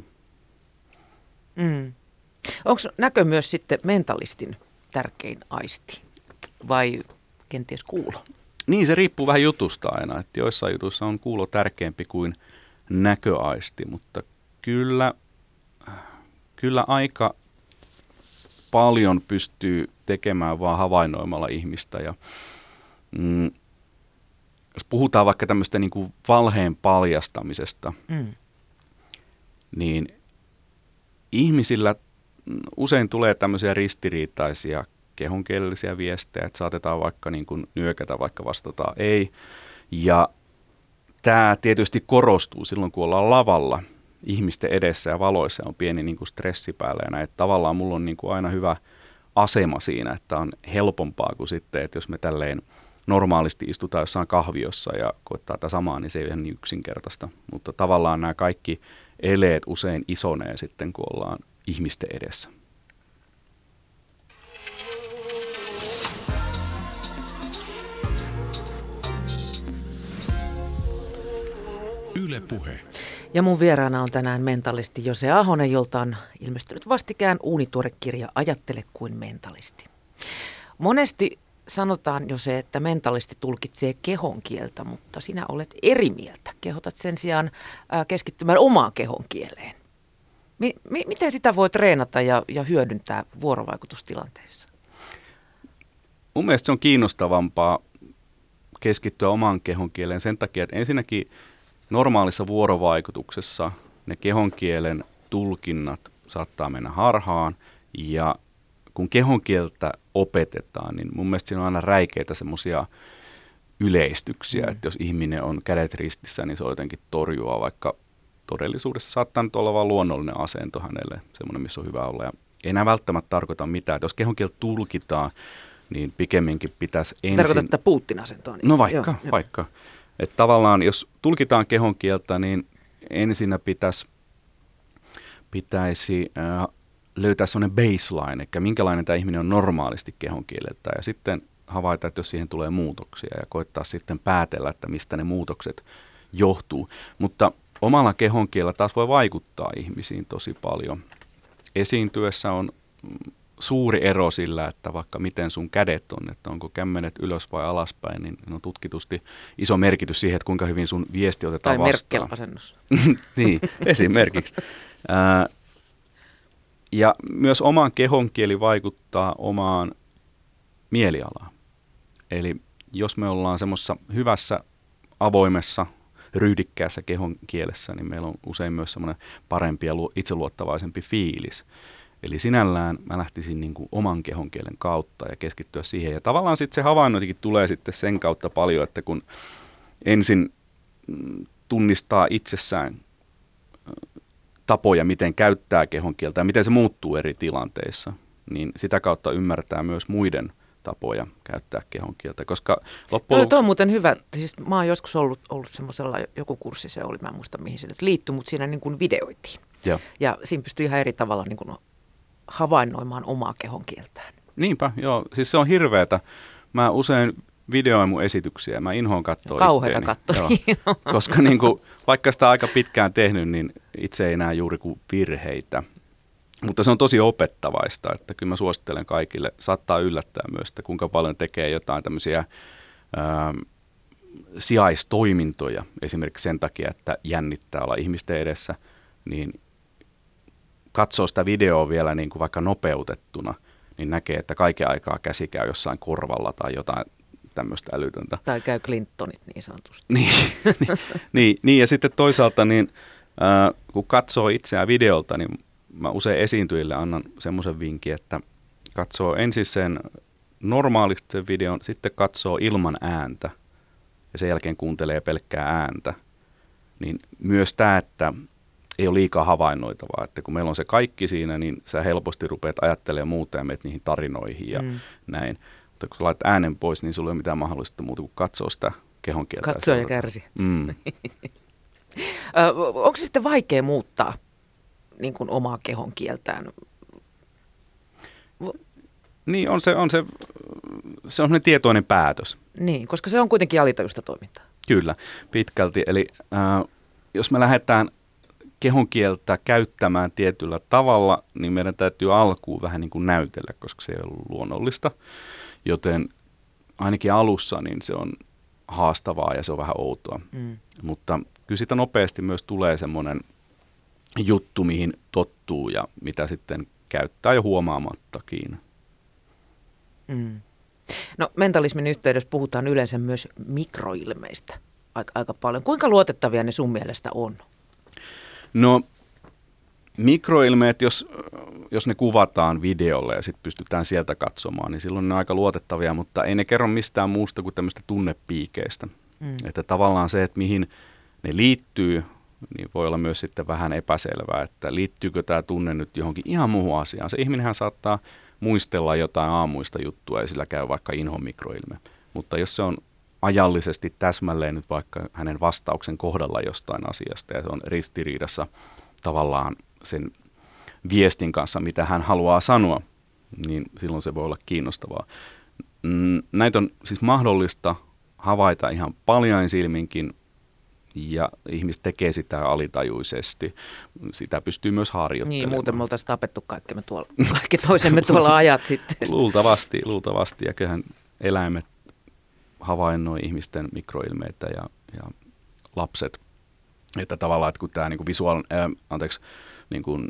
Mm. Onko näkö myös sitten mentalistin tärkein aisti vai kenties kuulo? Niin, se riippuu vähän jutusta aina, että joissain jutuissa on kuulo tärkeämpi kuin näköaisti, mutta kyllä, kyllä aika paljon pystyy tekemään vaan havainnoimalla ihmistä. Ja, mm, jos puhutaan vaikka tämmöistä niin kuin valheen paljastamisesta, mm. niin ihmisillä usein tulee tämmöisiä ristiriitaisia kehonkielellisiä viestejä, että saatetaan vaikka niin kuin nyökätä, vaikka vastataan ei. Ja tämä tietysti korostuu silloin, kun ollaan lavalla ihmisten edessä ja valoissa on pieni niin kuin stressi päällä. Ja näin, että tavallaan mulla on niin kuin aina hyvä asema siinä, että on helpompaa kuin sitten, että jos me tälleen normaalisti istutaan jossain kahviossa ja koittaa tätä samaa, niin se ei ole ihan niin yksinkertaista. Mutta tavallaan nämä kaikki eleet usein isonee sitten, kun ollaan ihmisten edessä. Yle Puhe. Ja mun vieraana on tänään mentalisti Jose Ahonen, jolta on ilmestynyt vastikään uunituore kirja Ajattele kuin mentalisti. Monesti sanotaan jo se, että mentalisti tulkitsee kehon kieltä, mutta sinä olet eri mieltä. Kehotat sen sijaan keskittymään omaan kehon kieleen. Mi- mi- miten sitä voi treenata ja, ja hyödyntää vuorovaikutustilanteessa? Mun mielestä se on kiinnostavampaa keskittyä omaan kehon kieleen sen takia, että ensinnäkin normaalissa vuorovaikutuksessa ne kehonkielen tulkinnat saattaa mennä harhaan, ja kun kehonkieltä opetetaan, niin mun mielestä siinä on aina räikeitä semmoisia yleistyksiä, mm. että jos ihminen on kädet ristissä, niin se on jotenkin torjua, vaikka todellisuudessa saattaa nyt olla vaan luonnollinen asento hänelle, semmoinen, missä on hyvä olla. Ja ei enää välttämättä tarkoita mitään, että jos kehonkieltä tulkitaan, niin pikemminkin pitäisi ensin... Se tarkoittaa, että Putin asentoa. Niin... No vaikka, joo, vaikka. Jo. Että tavallaan, jos tulkitaan kehonkieltä, niin ensinnä pitäisi, pitäisi äh, löytää sellainen baseline, eli minkälainen tämä ihminen on normaalisti kehonkieleltä, ja sitten havaita, että jos siihen tulee muutoksia, ja koittaa sitten päätellä, että mistä ne muutokset johtuu. Mutta omalla kehonkielellä taas voi vaikuttaa ihmisiin tosi paljon. Esiintyessä on suuri ero sillä, että vaikka miten sun kädet on, että onko kämmenet ylös vai alaspäin, niin on tutkitusti iso merkitys siihen, että kuinka hyvin sun viesti otetaan tai vastaan. Tai Merkel-asennus. Niin, esimerkiksi. Ää, ja myös oman kehonkieli vaikuttaa omaan mielialaan. Eli jos me ollaan semmoisessa hyvässä, avoimessa, ryhdikkäässä kehonkielessä, niin meillä on usein myös semmoinen parempi ja itseluottavaisempi fiilis. Eli sinällään mä lähtisin niin kuin oman kehonkielen kautta ja keskittyä siihen. Ja tavallaan sitten se havainnointikin tulee sitten sen kautta paljon, että kun ensin tunnistaa itsessään tapoja, miten käyttää kehonkieltä ja miten se muuttuu eri tilanteissa, niin sitä kautta ymmärtää myös muiden tapoja käyttää kehonkieltä, koska loppujen lopuksi... Tuo on muuten hyvä. Siis mä oon joskus ollut, ollut semmoisella, joku kurssi se oli, mä en muista mihin se nyt liittyi, mutta siinä niin kuin videoitiin. Ja, ja siinä pystyy ihan eri tavalla niin kuin havainnoimaan omaa kehonkieltään. Niinpä, joo. Siis se on hirveätä. Mä usein videoin mun esityksiä, mä inhoan katsoa kauheata katsoa. Koska niin kuin, vaikka sitä aika pitkään tehnyt, niin itse ei näe juuri kuin virheitä. Mutta se on tosi opettavaista, että kyllä mä suosittelen kaikille. Saattaa yllättää myös, että kuinka paljon tekee jotain tämmöisiä ää, sijaistoimintoja. Esimerkiksi sen takia, että jännittää olla ihmisten edessä, niin katsoo sitä videoa vielä niin kuin vaikka nopeutettuna, niin näkee, että kaiken aikaa käsi käy jossain korvalla tai jotain tämmöistä älytöntä. Tai käy Clintonit niin sanotusti. niin, niin, niin, niin, ja sitten toisaalta, niin, äh, kun katsoo itseään videolta, niin mä usein esiintyjille annan semmoisen vinkin, että katsoo ensin sen normaalisti sen videon, sitten katsoo ilman ääntä ja sen jälkeen kuuntelee pelkkää ääntä. Niin myös tämä, että ei ole liikaa havainnoitavaa, että kun meillä on se kaikki siinä, niin sä helposti rupeat ajattelemaan muuta ja menet niihin tarinoihin ja mm. näin. Mutta kun sä laitat äänen pois, niin sulla ei ole mitään mahdollista muuta kuin katsoa sitä kehonkieltä. Katsoa ja, ja kärsi. Mm. Onko se sitten vaikea muuttaa niin kuin omaa kehonkieltään? Niin, on se, on se, se on tietoinen päätös. Niin, koska se on kuitenkin alitajuista toimintaa. Kyllä, pitkälti. Eli äh, jos me lähdetään kehonkieltä käyttämään tietyllä tavalla, niin meidän täytyy alkuun vähän niin kuin näytellä, koska se ei ole luonnollista. Joten ainakin alussa niin se on haastavaa ja se on vähän outoa. Mm. Mutta kyllä sitä nopeasti myös tulee semmoinen juttu, mihin tottuu ja mitä sitten käyttää jo huomaamattakin. Mm. No mentalismin yhteydessä puhutaan yleensä myös mikroilmeistä aika, aika paljon. Kuinka luotettavia ne sun mielestä on? No mikroilmeet, jos, jos ne kuvataan videolle ja sitten pystytään sieltä katsomaan, niin silloin ne on aika luotettavia, mutta ei ne kerro mistään muusta kuin tämmöistä tunnepiikeistä. Mm. Että tavallaan se, että mihin ne liittyy, niin voi olla myös sitten vähän epäselvää, että liittyykö tämä tunne nyt johonkin ihan muuhun asiaan. Se ihminenhän saattaa muistella jotain aamuista juttua ja sillä käy vaikka inhon mikroilme. Mutta jos se on ajallisesti täsmälleen nyt vaikka hänen vastauksen kohdalla jostain asiasta ja se on ristiriidassa tavallaan sen viestin kanssa, mitä hän haluaa sanoa, niin silloin se voi olla kiinnostavaa. Näitä on siis mahdollista havaita ihan paljain silminkin, ja ihmiset tekee sitä alitajuisesti. Sitä pystyy myös harjoittelemaan. Niin, muuten me oltaisiin tapettu kaikki, me tuolla, kaikki toisemme tuolla ajat sitten. Luultavasti, luultavasti. Ja kyllähän eläimet havainnoi ihmisten mikroilmeitä ja, ja lapset. Että tavallaan, että kun tämä niin kuin visuaal, äh, anteeksi, niin kuin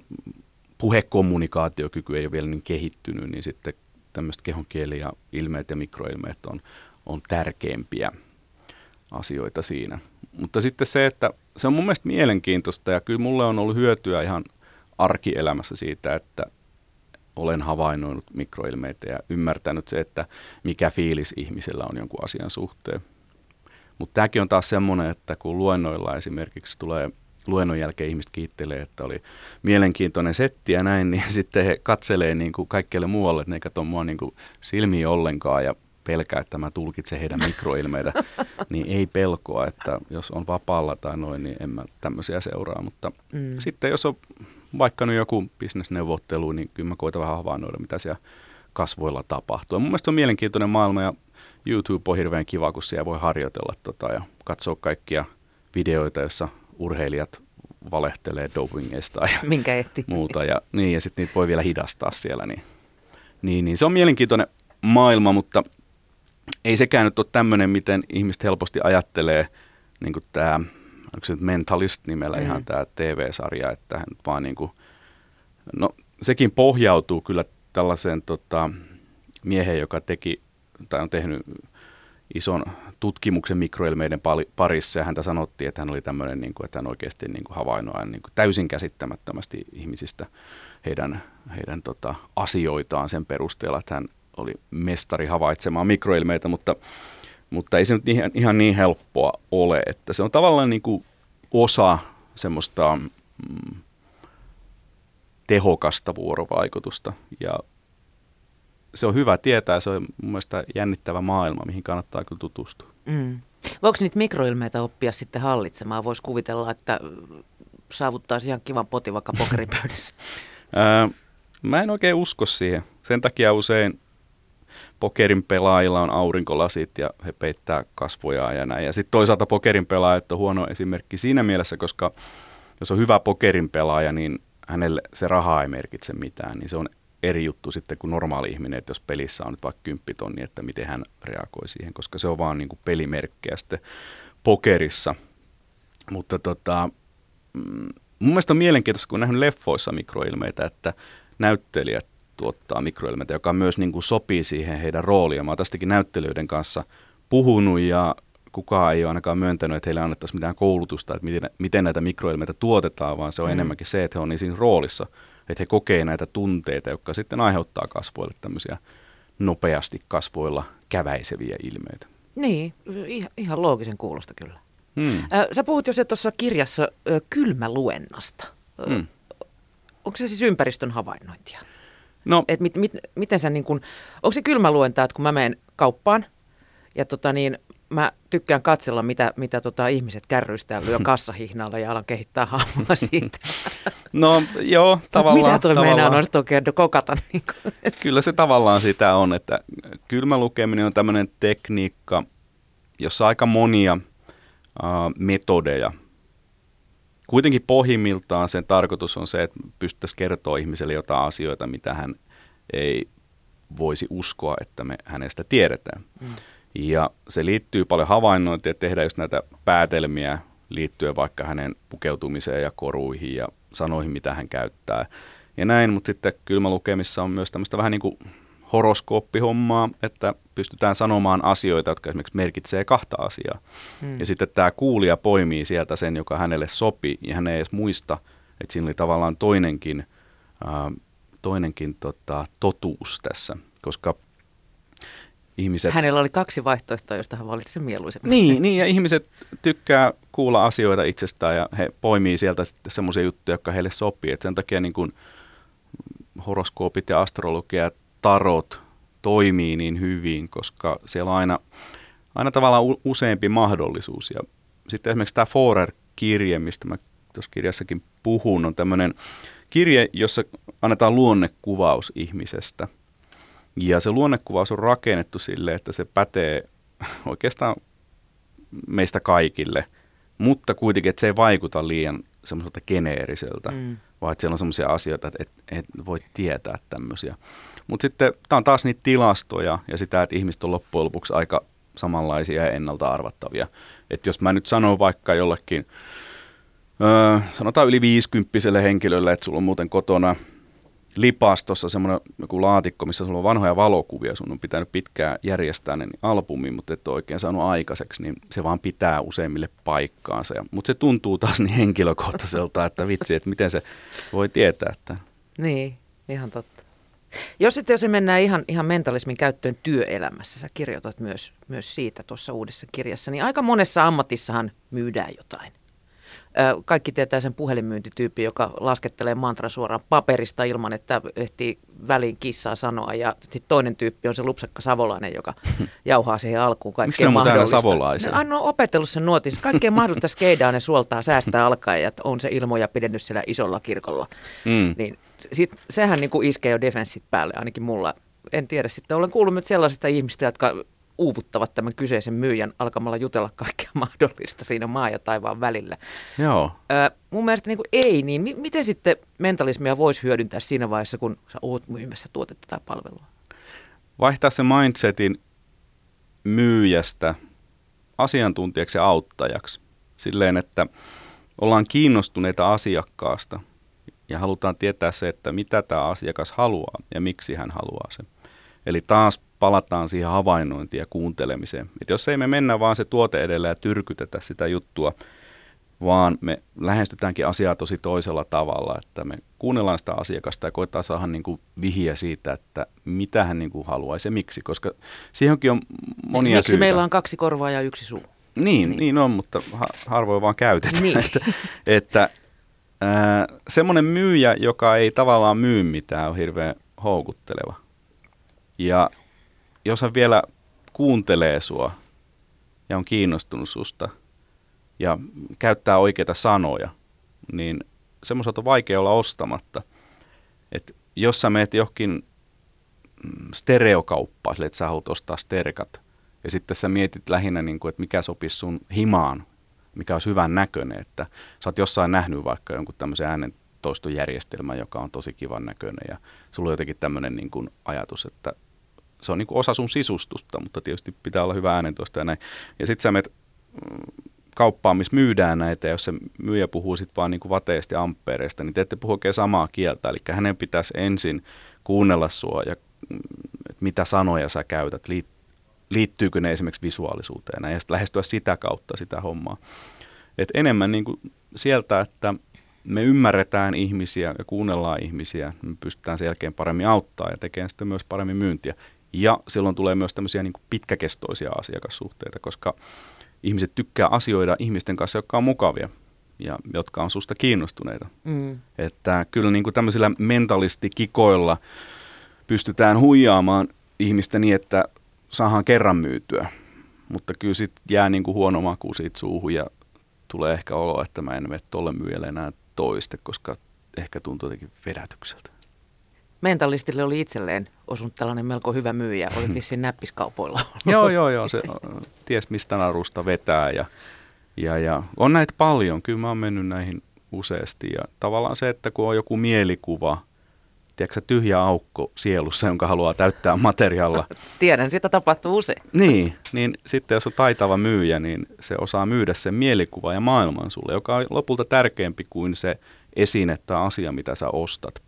puhekommunikaatiokyky ei ole vielä niin kehittynyt, niin sitten tämmöiset kehonkieli ja ilmeet ja mikroilmeet on, on tärkeimpiä asioita siinä. Mutta sitten se, että se on mun mielestä mielenkiintoista ja kyllä mulle on ollut hyötyä ihan arkielämässä siitä, että olen havainnoinut mikroilmeitä ja ymmärtänyt se, että mikä fiilis ihmisellä on jonkun asian suhteen. Mutta tämäkin on taas semmoinen, että kun luennoilla esimerkiksi tulee, luennon jälkeen ihmiset kiittelee, että oli mielenkiintoinen setti ja näin, niin sitten he katselee niin kuin kaikkialle muualle, että ne ei katso mua niin kuin silmiin ollenkaan ja pelkää, että mä tulkitsen heidän mikroilmeitä, niin ei pelkoa, että jos on vapaalla tai noin, niin en mä tämmöisiä seuraa. Mutta mm. sitten jos on vaikka nyt joku bisnesneuvottelu, niin kyllä mä koitan vähän havainnoida, mitä siellä kasvoilla tapahtuu. Ja mun mielestä on mielenkiintoinen maailma ja YouTube on hirveän kiva, kun siellä voi harjoitella tota ja katsoa kaikkia videoita, joissa urheilijat valehtelee dopingista ja minkä etti. muuta. Ja, niin, ja sitten niitä voi vielä hidastaa siellä. Niin, niin, niin se on mielenkiintoinen maailma, mutta ei sekään nyt ole tämmöinen, miten ihmiset helposti ajattelee, niin kuin tämä, onko se nyt Mentalist-nimellä mm. ihan tämä T V-sarja, että nyt vaan niin kuin, no sekin pohjautuu kyllä tällaiseen tota, mieheen, joka teki, tai on tehnyt ison tutkimuksen mikroilmeiden parissa, ja häntä sanottiin, että hän oli tämmöinen, niin kuin, että hän oikeasti niin kuin havainnoi niin kuin täysin käsittämättömästi ihmisistä heidän, heidän tota, asioitaan sen perusteella, että hän oli mestari havaitsemaan mikroilmeitä, mutta, mutta ei se nyt ihan, ihan niin helppoa ole, että se on tavallaan niin kuin osa semmoista mm, tehokasta vuorovaikutusta ja se on hyvä tietää, se on mun mielestä jännittävä maailma, mihin kannattaa kyllä tutustua. Mm. Voiko niitä mikroilmeitä oppia sitten hallitsemaan? Voisi kuvitella, että saavuttaisi ihan kivan potin vaikka pokeripöydässä. Mä en oikein usko siihen. Sen takia usein pokerin pelaajilla on aurinkolasit ja he peittää kasvojaan ja näin. Ja sitten toisaalta pokerin pelaajat on huono esimerkki siinä mielessä, koska jos on hyvä pokerin pelaaja, niin hänelle se raha ei merkitse mitään. Niin se on eri juttu sitten kuin normaali ihminen, että jos pelissä on nyt vaikka kymppitonni, että miten hän reagoi siihen, koska se on vaan niin kuin pelimerkkejä sitten pokerissa. Mutta tota, mun mielestä on mielenkiintoista, kun on nähnyt leffoissa mikroilmeitä, että näyttelijät tuottaa mikroilmeitä, joka myös niin kuin sopii siihen heidän rooliin. Mä oon tästäkin näyttelijöiden kanssa puhunut ja kukaan ei ole ainakaan myöntänyt, että heille annettaisiin mitään koulutusta, että miten, miten näitä mikroilmeitä tuotetaan, vaan se on mm. enemmänkin se, että he on niin siinä roolissa, että he kokee näitä tunteita, jotka sitten aiheuttaa kasvoille tämmöisiä nopeasti kasvoilla käväiseviä ilmeitä. Niin, ihan loogisen kuulosta kyllä. Hmm. Sä puhut jo se tuossa kirjassa kylmäluennasta. Hmm. Onko se siis ympäristön havainnointia? No. Et mit, mit, miten sä niin kun, onko se kylmäluenta, että kun mä menen kauppaan ja tota niin, mä tykkään katsella, mitä, mitä tota ihmiset kärryistää lyö kassahihnalla ja alan kehittää hahmoa siitä. No joo, tavallaan. Mitä toi meinaa noista oikein kokata? Niin Kyllä se tavallaan sitä on, että kylmälukeminen on tämmöinen tekniikka, jossa aika monia uh, metodeja. Kuitenkin pohjimmiltaan sen tarkoitus on se, että pystyttäisiin kertoa ihmiselle jotain asioita, mitä hän ei voisi uskoa, että me hänestä tiedetään. Mm. Ja se liittyy paljon havainnointia, että tehdään just näitä päätelmiä liittyen vaikka hänen pukeutumiseen ja koruihin ja sanoihin, mitä hän käyttää ja näin, mutta sitten kylmälukemissa on myös tämmöistä vähän niin kuin horoskooppihommaa, että pystytään sanomaan asioita, jotka esimerkiksi merkitsee kahta asiaa. Hmm. Ja sitten tämä kuulija poimii sieltä sen, joka hänelle sopii, ja hän ei edes muista, että siinä oli tavallaan toinenkin, äh, toinenkin tota, totuus tässä, koska ihmiset... Hänellä oli kaksi vaihtoehtoa, joista hän valitsi sen mieluisemmin. Niin, niin, ja ihmiset tykkää kuulla asioita itsestään, ja he poimii sieltä sitten semmoisia juttuja, jotka heille sopii. Et sen takia niin kun horoskoopit ja astrologia ja tarot toimii niin hyvin, koska siellä on aina, aina tavallaan useampi mahdollisuus. Ja sitten esimerkiksi tämä Forer-kirje, mistä mä tuossa kirjassakin puhun, on tämmöinen kirje, jossa annetaan luonnekuvaus ihmisestä. Ja se luonnekuvaus on rakennettu silleen, että se pätee oikeastaan meistä kaikille, mutta kuitenkin, että se ei vaikuta liian semmoiselta geneeriseltä, mm. vaan että siellä on semmoisia asioita, että et, et voi tietää tämmöisiä. Mutta sitten tämä on taas niitä tilastoja ja sitä, että ihmiset on loppujen lopuksi aika samanlaisia ja ennalta arvattavia. Että jos mä nyt sanon vaikka jollekin, öö, sanotaan yli viisikymppiselle henkilölle, että sulla on muuten kotona lipastossa semmoinen joku laatikko, missä sulla on vanhoja valokuvia, sun on pitänyt pitkään järjestää ne albumiin, mutta et ole oikein saanut aikaiseksi, niin se vaan pitää useimmille paikkaansa. Mutta se tuntuu taas niin henkilökohtaiselta, että vitsi, että miten se voi tietää. Että... Niin, ihan totta. Jos sitten jos mennään ihan, ihan mentalismin käyttöön työelämässä, sä kirjoitat myös, myös siitä tuossa uudessa kirjassa, niin aika monessa ammatissahan myydään jotain. Kaikki tietää sen puhelinmyyntityyppi, joka laskettelee mantra suoraan paperista ilman, että ehtii väliin kissaa sanoa. Ja sitten toinen tyyppi on se lupsakka savolainen, joka jauhaa siihen alkuun kaikkea mahdollista. Miksi ne on savolaisia? No, aina on opetellut sen nuotin. Kaikkea mahdollista skeidaa ne suoltaa säästää alkaen ja on se ilmoja pidennyt siellä isolla kirkolla. Mm. Niin sit, sehän niin kuin iskee jo defenssit päälle, ainakin mulla. En tiedä, sitten olen kuullut myös sellaisista ihmistä, jotka uuvuttavat tämän kyseisen myyjän alkamalla jutella kaikkea mahdollista siinä maa ja taivaan välillä. Joo. Ö, mun mielestä niin kuin ei, niin m- miten sitten mentalismia voisi hyödyntää siinä vaiheessa, kun sä oot myymässä tuotetta tai palvelua? Vaihtaa se mindsetin myyjästä asiantuntijaksi ja auttajaksi. Silleen, että ollaan kiinnostuneita asiakkaasta ja halutaan tietää se, että mitä tämä asiakas haluaa ja miksi hän haluaa sen. Eli taas palataan siihen havainnointiin ja kuuntelemiseen. Et jos ei me mennä vaan se tuote edellä ja tyrkytetä sitä juttua, vaan me lähestytäänkin asiaa tosi toisella tavalla, että me kuunnellaan sitä asiakasta ja koetaan saada niin kuin vihiä siitä, että mitä hän niin kuin haluaisi ja miksi, koska siihenkin on monia miksi syitä. Meillä on kaksi korvaa ja yksi suu. Niin, niin. niin on, mutta harvoin vaan käytetään. Niin. että että äh, semmoinen myyjä, joka ei tavallaan myy mitään, on hirveän houkutteleva. Ja jos hän vielä kuuntelee sua ja on kiinnostunut susta ja käyttää oikeita sanoja, niin semmoiselta on vaikea olla ostamatta. Et jos sä meet johonkin stereokauppaan, että sä haluat ostaa sterkat, ja sitten sä mietit lähinnä, niin kuin, että mikä sopisi sun himaan, mikä olisi hyvän näköinen, että sä oot jossain nähnyt vaikka jonkun tämmöisen äänentoistojärjestelmän, joka on tosi kivan näköinen, ja sulla on jotenkin tämmöinen niin kuin ajatus, että se on niin kuin osa sun sisustusta, mutta tietysti pitää olla hyvä äänentoisto ja näin. Ja sitten sä menet kauppaan, missä myydään näitä, ja jos se myyjä puhuu sitten vaan niin kuin vateista ja ampeereista, niin te ette puhu oikein samaa kieltä. Eli hänen pitäisi ensin kuunnella sua, ja että mitä sanoja sä käytät, liittyykö ne esimerkiksi visuaalisuuteen, ja sitten lähestyä sitä kautta sitä hommaa. Et enemmän niin kuin sieltä, että me ymmärretään ihmisiä ja kuunnellaan ihmisiä, me pystytään sen jälkeen paremmin auttaa ja tekemään sitten myös paremmin myyntiä. Ja silloin tulee myös tämmöisiä niin kuin pitkäkestoisia asiakassuhteita, koska ihmiset tykkää asioida ihmisten kanssa, jotka on mukavia ja jotka on susta kiinnostuneita. Mm. Että kyllä niin kuin tämmöisillä mentalistikikoilla pystytään huijaamaan ihmistä niin, että saadaan kerran myytyä. Mutta kyllä sitten jää niin kuin huono maku siitä suuhun ja tulee ehkä olo, että mä en mene tolle myyjälle enää toiste, koska ehkä tuntuu jotenkin vedätykseltä. Mentalistille oli itselleen osunut tällainen melko hyvä myyjä. Olit vissiin näppiskaupoilla. joo, joo, joo. Se ties mistä narusta vetää ja, ja, ja on näitä paljon. Kyllä mä oon mennyt näihin useasti. Ja tavallaan se, että kun on joku mielikuva, tiedätkö tyhjä aukko sielussa, jonka haluaa täyttää materiaalilla. Tiedän, sitä tapahtuu usein. Niin, niin sitten jos on taitava myyjä, niin se osaa myydä sen mielikuva ja maailman sulle, joka on lopulta tärkeämpi kuin se esine tai asia, mitä sä ostat.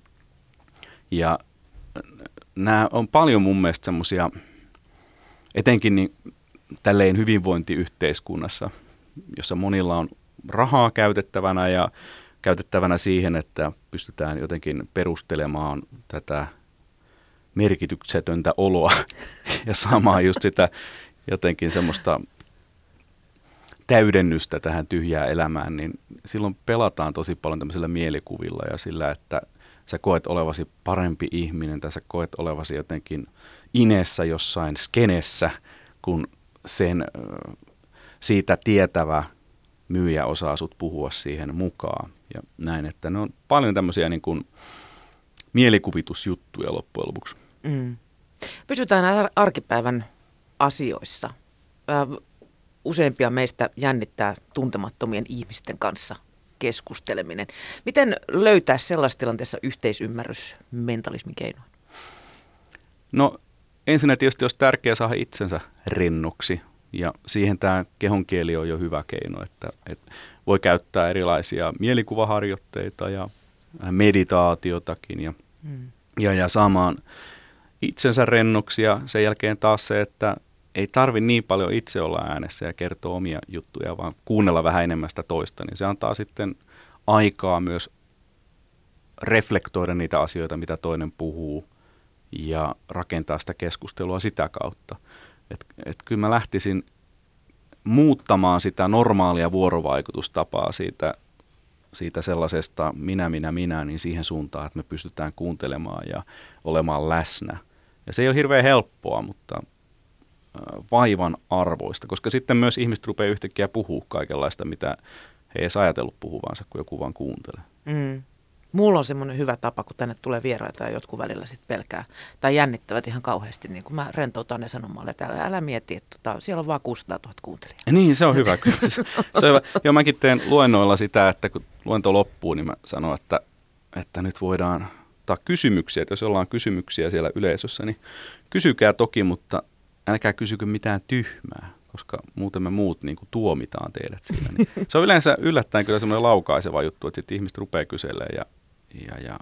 Ja nämä on paljon mun mielestä semmoisia, etenkin niin, tälleen hyvinvointiyhteiskunnassa, jossa monilla on rahaa käytettävänä ja käytettävänä siihen, että pystytään jotenkin perustelemaan tätä merkityksetöntä oloa ja saamaan just sitä jotenkin semmoista täydennystä tähän tyhjään elämään, niin silloin pelataan tosi paljon tämmöisillä mielikuvilla ja sillä, että sä koet olevasi parempi ihminen tai sä koet olevasi jotenkin inessä jossain skenessä, kun sen siitä tietävä myyjä osaa sut puhua siihen mukaan. Ja näin, että ne on paljon tämmöisiä niin kuin mielikuvitusjuttuja loppujen lopuksi. Mm. Pysytään arkipäivän asioissa. Useimpia meistä jännittää tuntemattomien ihmisten kanssa keskusteleminen. Miten löytää sellaisessa tilanteessa yhteisymmärrys mentalismin keinoin? No ensinnä tietysti olisi tärkeää saada itsensä rennoksi ja siihen tämä kehonkieli on jo hyvä keino, että, että voi käyttää erilaisia mielikuvaharjoitteita ja meditaatiotakin ja, hmm. ja, ja saamaan itsensä rennoksi ja sen jälkeen taas se, että ei tarvi niin paljon itse olla äänessä ja kertoa omia juttuja, vaan kuunnella vähän enemmän sitä toista, niin se antaa sitten aikaa myös reflektoida niitä asioita, mitä toinen puhuu ja rakentaa sitä keskustelua sitä kautta. Et, et kyllä mä lähtisin muuttamaan sitä normaalia vuorovaikutustapaa siitä, siitä sellaisesta minä, minä, minä, niin siihen suuntaan, että me pystytään kuuntelemaan ja olemaan läsnä. Ja se ei ole hirveän helppoa, mutta vaivan arvoista, koska sitten myös ihmiset rupeaa yhtäkkiä puhua kaikenlaista, mitä he eivät ajatellut puhuvansa, kun joku vaan kuuntelee. Mm. Mulla on semmoinen hyvä tapa, kun tänne tulee vieraita ja jotkut välillä sitten pelkää tai jännittävät ihan kauheasti. Niin kun mä rentoutan ne sanomaan, että älä, älä mieti, että tota, siellä on vaan kuusisataatuhatta kuuntelijaa. Niin, se on hyvä. se on hyvä. Joo, mäkin teen luennoilla sitä, että kun luento loppuu, niin mä sanon, että, että nyt voidaan ottaa kysymyksiä. Että jos ollaan kysymyksiä siellä yleisössä, niin kysykää toki, mutta älkää kysykö mitään tyhmää, koska muuten me muut niin kuin tuomitaan teidät siinä. Niin se on yleensä yllättäen kyllä semmoinen laukaiseva juttu, että sitten ihmiset rupeaa kyselemään. Ja, ja, ja,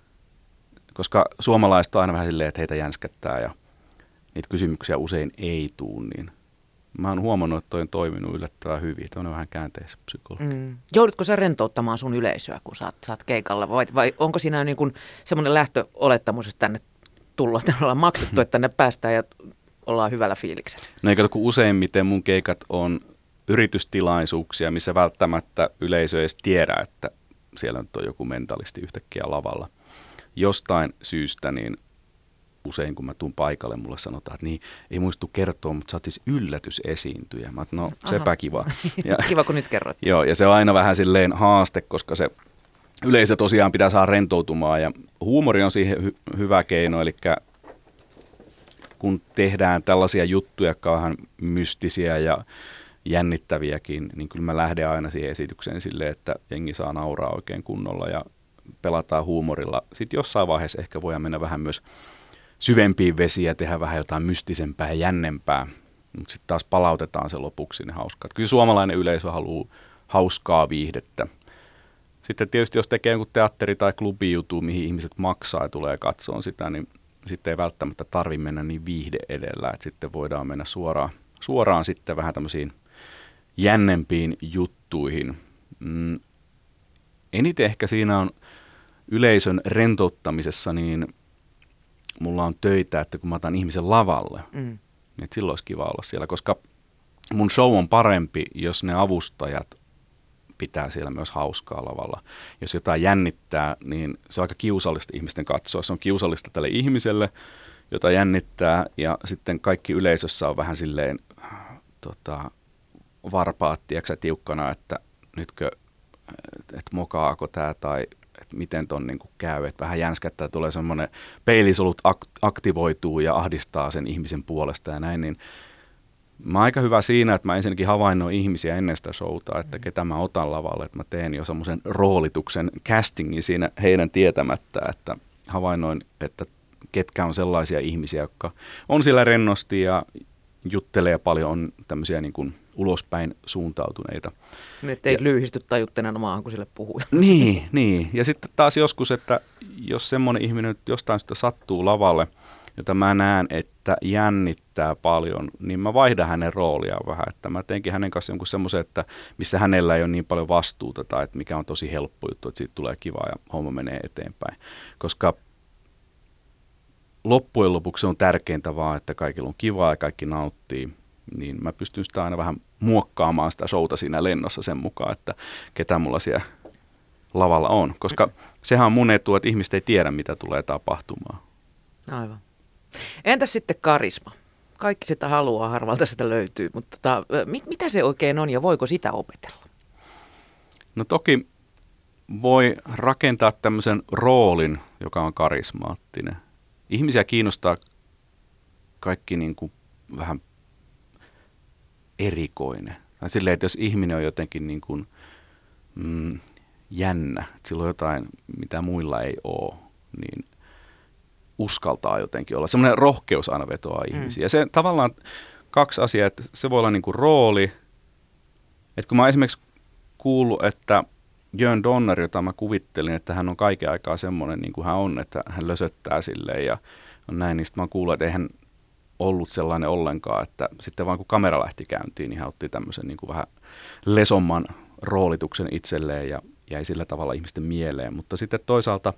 koska suomalaiset on aina vähän silleen, että heitä jänskättää ja niitä kysymyksiä usein ei tule, niin mä oon huomannut, että toi on toiminut yllättävän hyvin. Tämä on vähän käänteisessä psykologia. Mm. Joudutko sä rentouttamaan sun yleisöä, kun sä oot, sä oot keikalla, vai, vai onko siinä niin kuin semmoinen lähtöolettamus, että tänne tullaan, tänne ollaan maksettu, että tänne päästään ja ollaan hyvällä fiiliksellä? No ei kato, kun useimmiten mun keikat on yritystilaisuuksia, missä välttämättä yleisö ei edes tiedä, että siellä nyt on joku mentalisti yhtäkkiä lavalla. Jostain syystä niin usein kun mä tuun paikalle, mulle sanotaan, että niin, ei muistu kertoa, mutta sä oot siis yllätysesiintyjä. Mä oot, no sepä kiva. Ja, kiva, kun nyt kerroit. Joo, ja se on aina vähän silleen haaste, koska se yleisö tosiaan pitää saada rentoutumaan ja huumori on siihen hy- hyvä keino, eli kun tehdään tällaisia juttuja, jotka on vähän mystisiä ja jännittäviäkin, niin kyllä mä lähden aina siihen esitykseen silleen, että jengi saa nauraa oikein kunnolla ja pelataan huumorilla. Sitten jossain vaiheessa ehkä voidaan mennä vähän myös syvempiin vesiin ja tehdä vähän jotain mystisempää ja jännempää, mutta sitten taas palautetaan se lopuksi ne hauskat. Kyllä suomalainen yleisö haluaa hauskaa viihdettä. Sitten tietysti jos tekee joku teatteri- tai klubijuttu, mihin ihmiset maksaa ja tulee katsomaan sitä, niin sitten ei välttämättä tarvitse mennä niin viihde edellä, että sitten voidaan mennä suoraan, suoraan sitten vähän tämmöisiin jännempiin juttuihin. Mm, eniten ehkä siinä on yleisön rentouttamisessa, niin mulla on töitä, että kun mä otan ihmisen lavalle, mm. niin silloin olisi kiva olla siellä, koska mun show on parempi, jos ne avustajat pitää siellä myös hauskaa lavalla. Jos jotain jännittää, niin se on aika kiusallista ihmisten katsoa. Se on kiusallista tälle ihmiselle, jota jännittää, ja sitten kaikki yleisössä on vähän silleen tota, varpaat, tiedätkö, tiukkana, että nytkö, että mokaako tämä tai että miten ton niin kuin käy, että vähän jänskättää, tulee semmoinen peilisolut aktivoituu ja ahdistaa sen ihmisen puolesta ja näin, niin mä oon aika hyvä siinä, että mä ensinnäkin havainnoin ihmisiä ennen sitä showta, että ketä mä otan lavalle, että mä teen jo semmoisen roolituksen castingin siinä heidän tietämättä, että havainnoin, että ketkä on sellaisia ihmisiä, jotka on siellä rennosti ja juttelee paljon, on tämmöisiä niin kuin ulospäin suuntautuneita. Nyt ei lyyhisty tajutteena maahan, kun sille puhuu. Niin, niin. Ja sitten taas joskus, että jos semmoinen ihminen nyt jostain sitä sattuu lavalle, jota mä näen, että jännittää paljon, niin mä vaihdan hänen rooliaan vähän. Että mä teenkin hänen kanssa jonkun semmoisen, että missä hänellä ei ole niin paljon vastuuta tai että mikä on tosi helppo juttu, että siitä tulee kiva ja homma menee eteenpäin. Koska loppujen lopuksi on tärkeintä vaan, että kaikilla on kivaa ja kaikki nauttii. Niin mä pystyn sitä aina vähän muokkaamaan sitä showta siinä lennossa sen mukaan, että ketä mulla siellä lavalla on. Koska sehän on mun etu, että ihmiset ei tiedä, mitä tulee tapahtumaan. Aivan. Entäs sitten karisma? Kaikki sitä haluaa, harvalta sitä löytyy, mutta tota, mit, mitä se oikein on ja voiko sitä opetella? No toki voi rakentaa tämmöisen roolin, joka on karismaattinen. Ihmisiä kiinnostaa kaikki niin kuin vähän erikoinen. Tai silleen, että jos ihminen on jotenkin niin kuin, mm, jännä, että sillä on jotain, mitä muilla ei ole, niin uskaltaa jotenkin olla. Semmoinen rohkeus aina vetoaa ihmisiä. Mm. Ja se tavallaan kaksi asiaa, että se voi olla niin kuin rooli, että kun mä esimerkiksi kuullut, että Jörn Donner, jota mä kuvittelin, että hän on kaiken aikaa semmoinen niin kuin hän on, että hän lösöttää silleen ja on näin, niin sitten mä oon kuullut, että eihän ollut sellainen ollenkaan, että sitten vaan kun kamera lähti käyntiin, niin hän otti tämmöisen niin kuin vähän lesomman roolituksen itselleen ja jäi sillä tavalla ihmisten mieleen. Mutta sitten toisaalta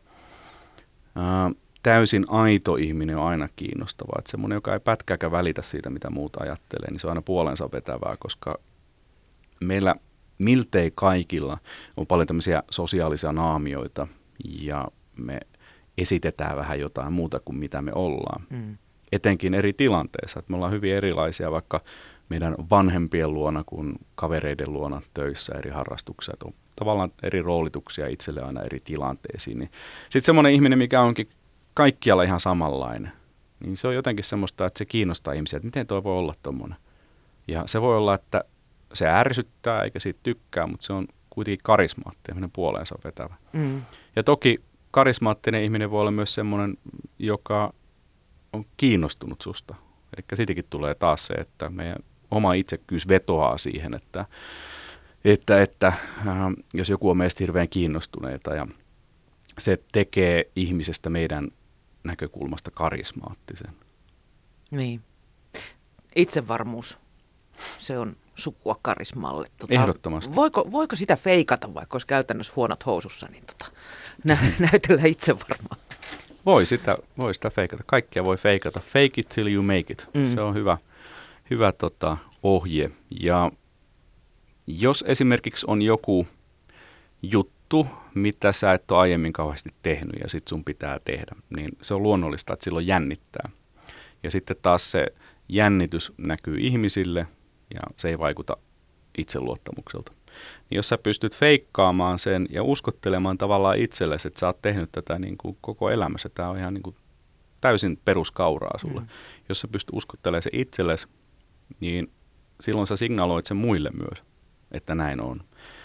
ää, täysin aito ihminen on aina kiinnostava. Että semmoinen, joka ei pätkääkään välitä siitä, mitä muut ajattelee, niin se on aina puolensa vetävää, koska meillä miltei kaikilla on paljon tämmöisiä sosiaalisia naamioita ja me esitetään vähän jotain muuta kuin mitä me ollaan. Mm. Etenkin eri tilanteissa. Että me ollaan hyvin erilaisia vaikka meidän vanhempien luona kuin kavereiden luona töissä, eri harrastuksia. On tavallaan eri roolituksia itselle aina eri tilanteisiin. Niin sitten semmoinen ihminen, mikä onkin kaikkialla ihan samanlainen, niin se on jotenkin semmoista, että se kiinnostaa ihmisiä, että miten toi voi olla tommoinen. Ja se voi olla, että se ärsyttää eikä siitä tykkää, mutta se on kuitenkin karismaattinen, puoleensa vetävä. Mm. Ja toki karismaattinen ihminen voi olla myös semmoinen, joka on kiinnostunut susta. Eli siitäkin tulee taas se, että meidän oma itsekkyys vetoaa siihen, että, että, että äh, jos joku on meistä hirveän kiinnostuneita ja se tekee ihmisestä meidän näkökulmasta karismaattisen. Niin. Itsevarmuus. Se on sukua karismalle. Tota, Ehdottomasti. Voiko, voiko sitä feikata, vaikka olisi käytännössä huonot housussa, niin tota, nä, näytellä itsevarmaa? Voi sitä, voi sitä feikata. Kaikkia voi feikata. Fake it till you make it. Mm. Se on hyvä, hyvä tota, ohje. Ja jos esimerkiksi on joku juttu, mitä sä et ole aiemmin kauheasti tehnyt ja sit sun pitää tehdä, niin se on luonnollista, että silloin jännittää. Ja sitten taas se jännitys näkyy ihmisille ja se ei vaikuta itseluottamukselta. Niin jos sä pystyt feikkaamaan sen ja uskottelemaan tavallaan itsellesi, että sä oot tehnyt tätä niin kuin koko elämässä, tämä on ihan niin kuin täysin peruskauraa sulle. Mm. Jos sä pystyt uskottelemaan se itsellesi, niin silloin sä signaloit sen muille myös, että näin on.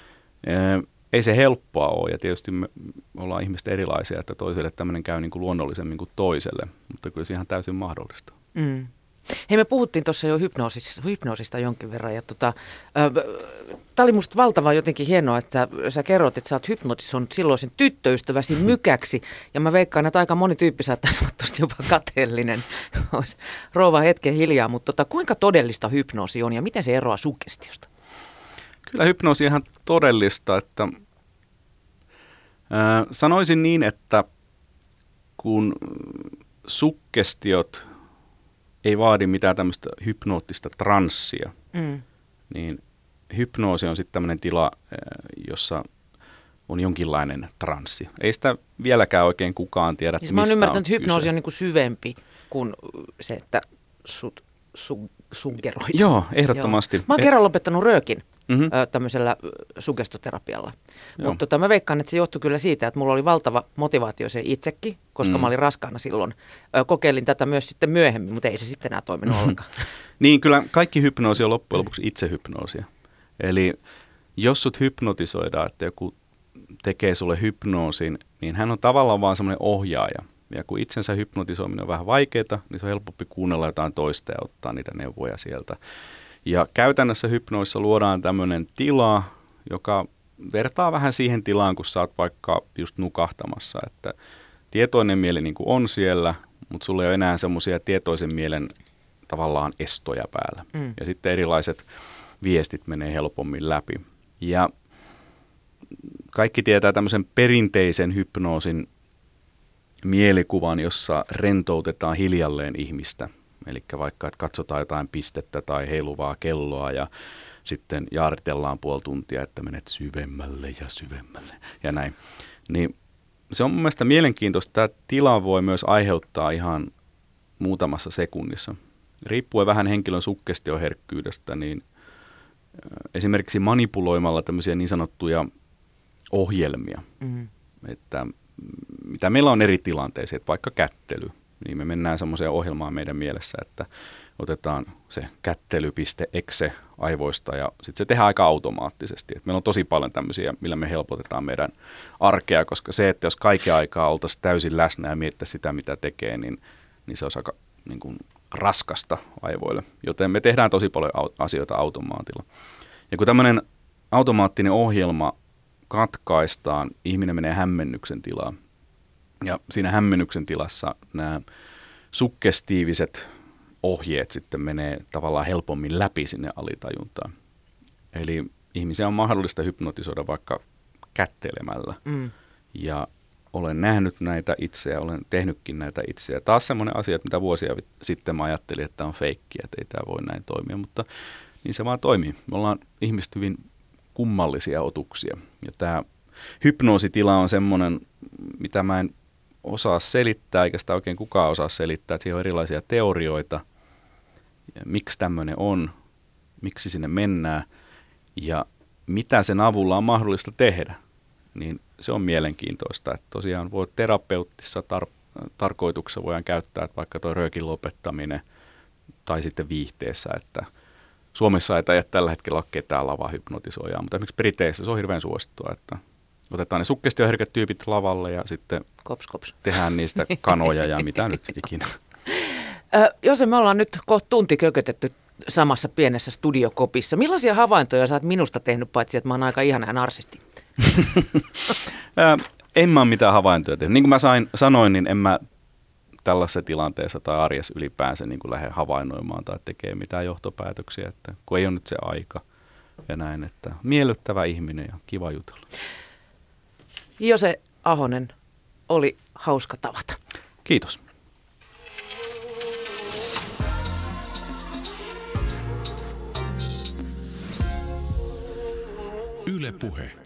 Ei se helppoa ole, ja tietysti me ollaan ihmistä erilaisia, että toiselle tämmöinen käy niin kuin luonnollisemmin kuin toiselle, mutta kyllä se ihan täysin mahdollista. Mm. Hei, me puhuttiin tuossa jo hypnoosista, hypnoosista jonkin verran, ja tota, tämä oli musta valtavan jotenkin hienoa, että sä, sä kerrot, että sä oot hypnotisoinut silloisen tyttöystäväsi mykäksi, ja mä veikkaan, että aika moni tyyppi saattaisi olla tosta jopa kateellinen, olisi rouva hetken hiljaa, mutta tota, kuinka todellista hypnoosi on, ja miten se eroaa suggestiosta? Kyllä hypnoosi on ihan todellista, että ää, sanoisin niin, että kun suggestiot ei vaadi mitään tämmöistä hypnoottista transsia, mm. niin hypnoosi on sitten tämmöinen tila, jossa on jonkinlainen transsi. Ei sitä vieläkään oikein kukaan tiedä, että siis mistä on kyse. Mä oon ymmärtänyt, että hypnoosi kyse. on niin kuin syvempi kuin se, että sut su, suggeroit. Joo, ehdottomasti. Joo. Mä oon kerran lopettanut röökin mm-hmm. tämmöisellä sugestoterapialla. Mutta tota, mä veikkaan, että se johtui kyllä siitä, että mulla oli valtava motivaatio se itsekin, koska mm. mä olin raskaana silloin. Kokeilin tätä myös sitten myöhemmin, mutta ei se sitten enää toiminut ollenkaan. Niin, kyllä kaikki hypnoosi on loppujen lopuksi itsehypnoosia. Eli jos sut hypnotisoidaan, että joku tekee sulle hypnoosin, niin hän on tavallaan vaan semmoinen ohjaaja. Ja kun itsensä hypnotisoiminen on vähän vaikeaa, niin se on helpompi kuunnella jotain toista ja ottaa niitä neuvoja sieltä. Ja käytännössä hypnoissa luodaan tämmöinen tila, joka vertaa vähän siihen tilaan, kun sä oot vaikka just nukahtamassa, että tietoinen mieli niin kuin on siellä, mutta sulla ei ole enää semmoisia tietoisen mielen tavallaan estoja päällä. Mm. Ja sitten erilaiset viestit menee helpommin läpi. Ja kaikki tietää tämmöisen perinteisen hypnoosin mielikuvan, jossa rentoutetaan hiljalleen ihmistä. Eli vaikka, että katsotaan jotain pistettä tai heiluvaa kelloa ja sitten jaaritellaan puoli tuntia, että menet syvemmälle ja syvemmälle ja näin. Niin se on mun mielestä mielenkiintoista. Tämä tila voi myös aiheuttaa ihan muutamassa sekunnissa. Riippuen vähän henkilön suggestioherkkyydestä, niin esimerkiksi manipuloimalla tämmöisiä niin sanottuja ohjelmia, mm-hmm. että mitä meillä on eri tilanteissa, että vaikka kättely, niin me mennään semmoiseen ohjelmaan meidän mielessä, että otetaan se kättely.exe aivoista ja sitten se tehdään aika automaattisesti. Et meillä on tosi paljon tämmöisiä, millä me helpotetaan meidän arkea, koska se, että jos kaiken aikaa oltaisiin täysin läsnä ja miettiä sitä, mitä tekee, niin, niin se olisi aika niin kuin raskasta aivoille. Joten me tehdään tosi paljon asioita automaatilla. Ja kun tämmöinen automaattinen ohjelma katkaistaan, ihminen menee hämmennyksen tilaan. Ja siinä hämmennyksen tilassa nämä suggestiiviset ohjeet sitten menee tavallaan helpommin läpi sinne alitajuntaan. Eli ihmisiä on mahdollista hypnotisoida vaikka kättelemällä. Mm. Ja olen nähnyt näitä itse ja olen tehnytkin näitä itse. Ja taas semmoinen asia, että mitä vuosia sitten mä ajattelin, että tämä on feikkiä, että ei tämä voi näin toimia, mutta niin se vaan toimii. Me ollaan ihmiset hyvin kummallisia otuksia. Ja tämä hypnoositila on semmoinen, mitä mä en osaa selittää, eikä sitä oikein kukaan osaa selittää, että siihen on erilaisia teorioita, ja miksi tämmöinen on, miksi sinne mennään ja mitä sen avulla on mahdollista tehdä, niin se on mielenkiintoista. Että tosiaan voi terapeuttisessa tar- tarkoituksessa voidaan käyttää, että vaikka tuo röökin lopettaminen tai sitten viihteessä, että Suomessa ei taida tällä hetkellä ole ketään lavaa hypnotisoijaa, mutta esimerkiksi Briteissä se on hirveän suosittua, että otetaan ne suggestioherkät tyypit lavalle ja sitten kops, kops. Tehdään niistä kanoja ja mitä nyt ikinä. Ö, Jose, me ollaan nyt kohta tunti kökötetty samassa pienessä studiokopissa. Millaisia havaintoja sä oot minusta tehnyt, paitsi että mä oon aika ihana ja narsisti? En mä ole mitään havaintoja tehnyt. Niin kuin mä sain, sanoin, niin en mä tällaisessa tilanteessa tai arjessa ylipäänsä niin kuin lähde havainnoimaan tai tekee mitään johtopäätöksiä, että kun ei ole nyt se aika ja näin, että miellyttävä ihminen ja kiva jutella. Jose Ahonen, oli hauska tavata. Kiitos. Yle Puhe.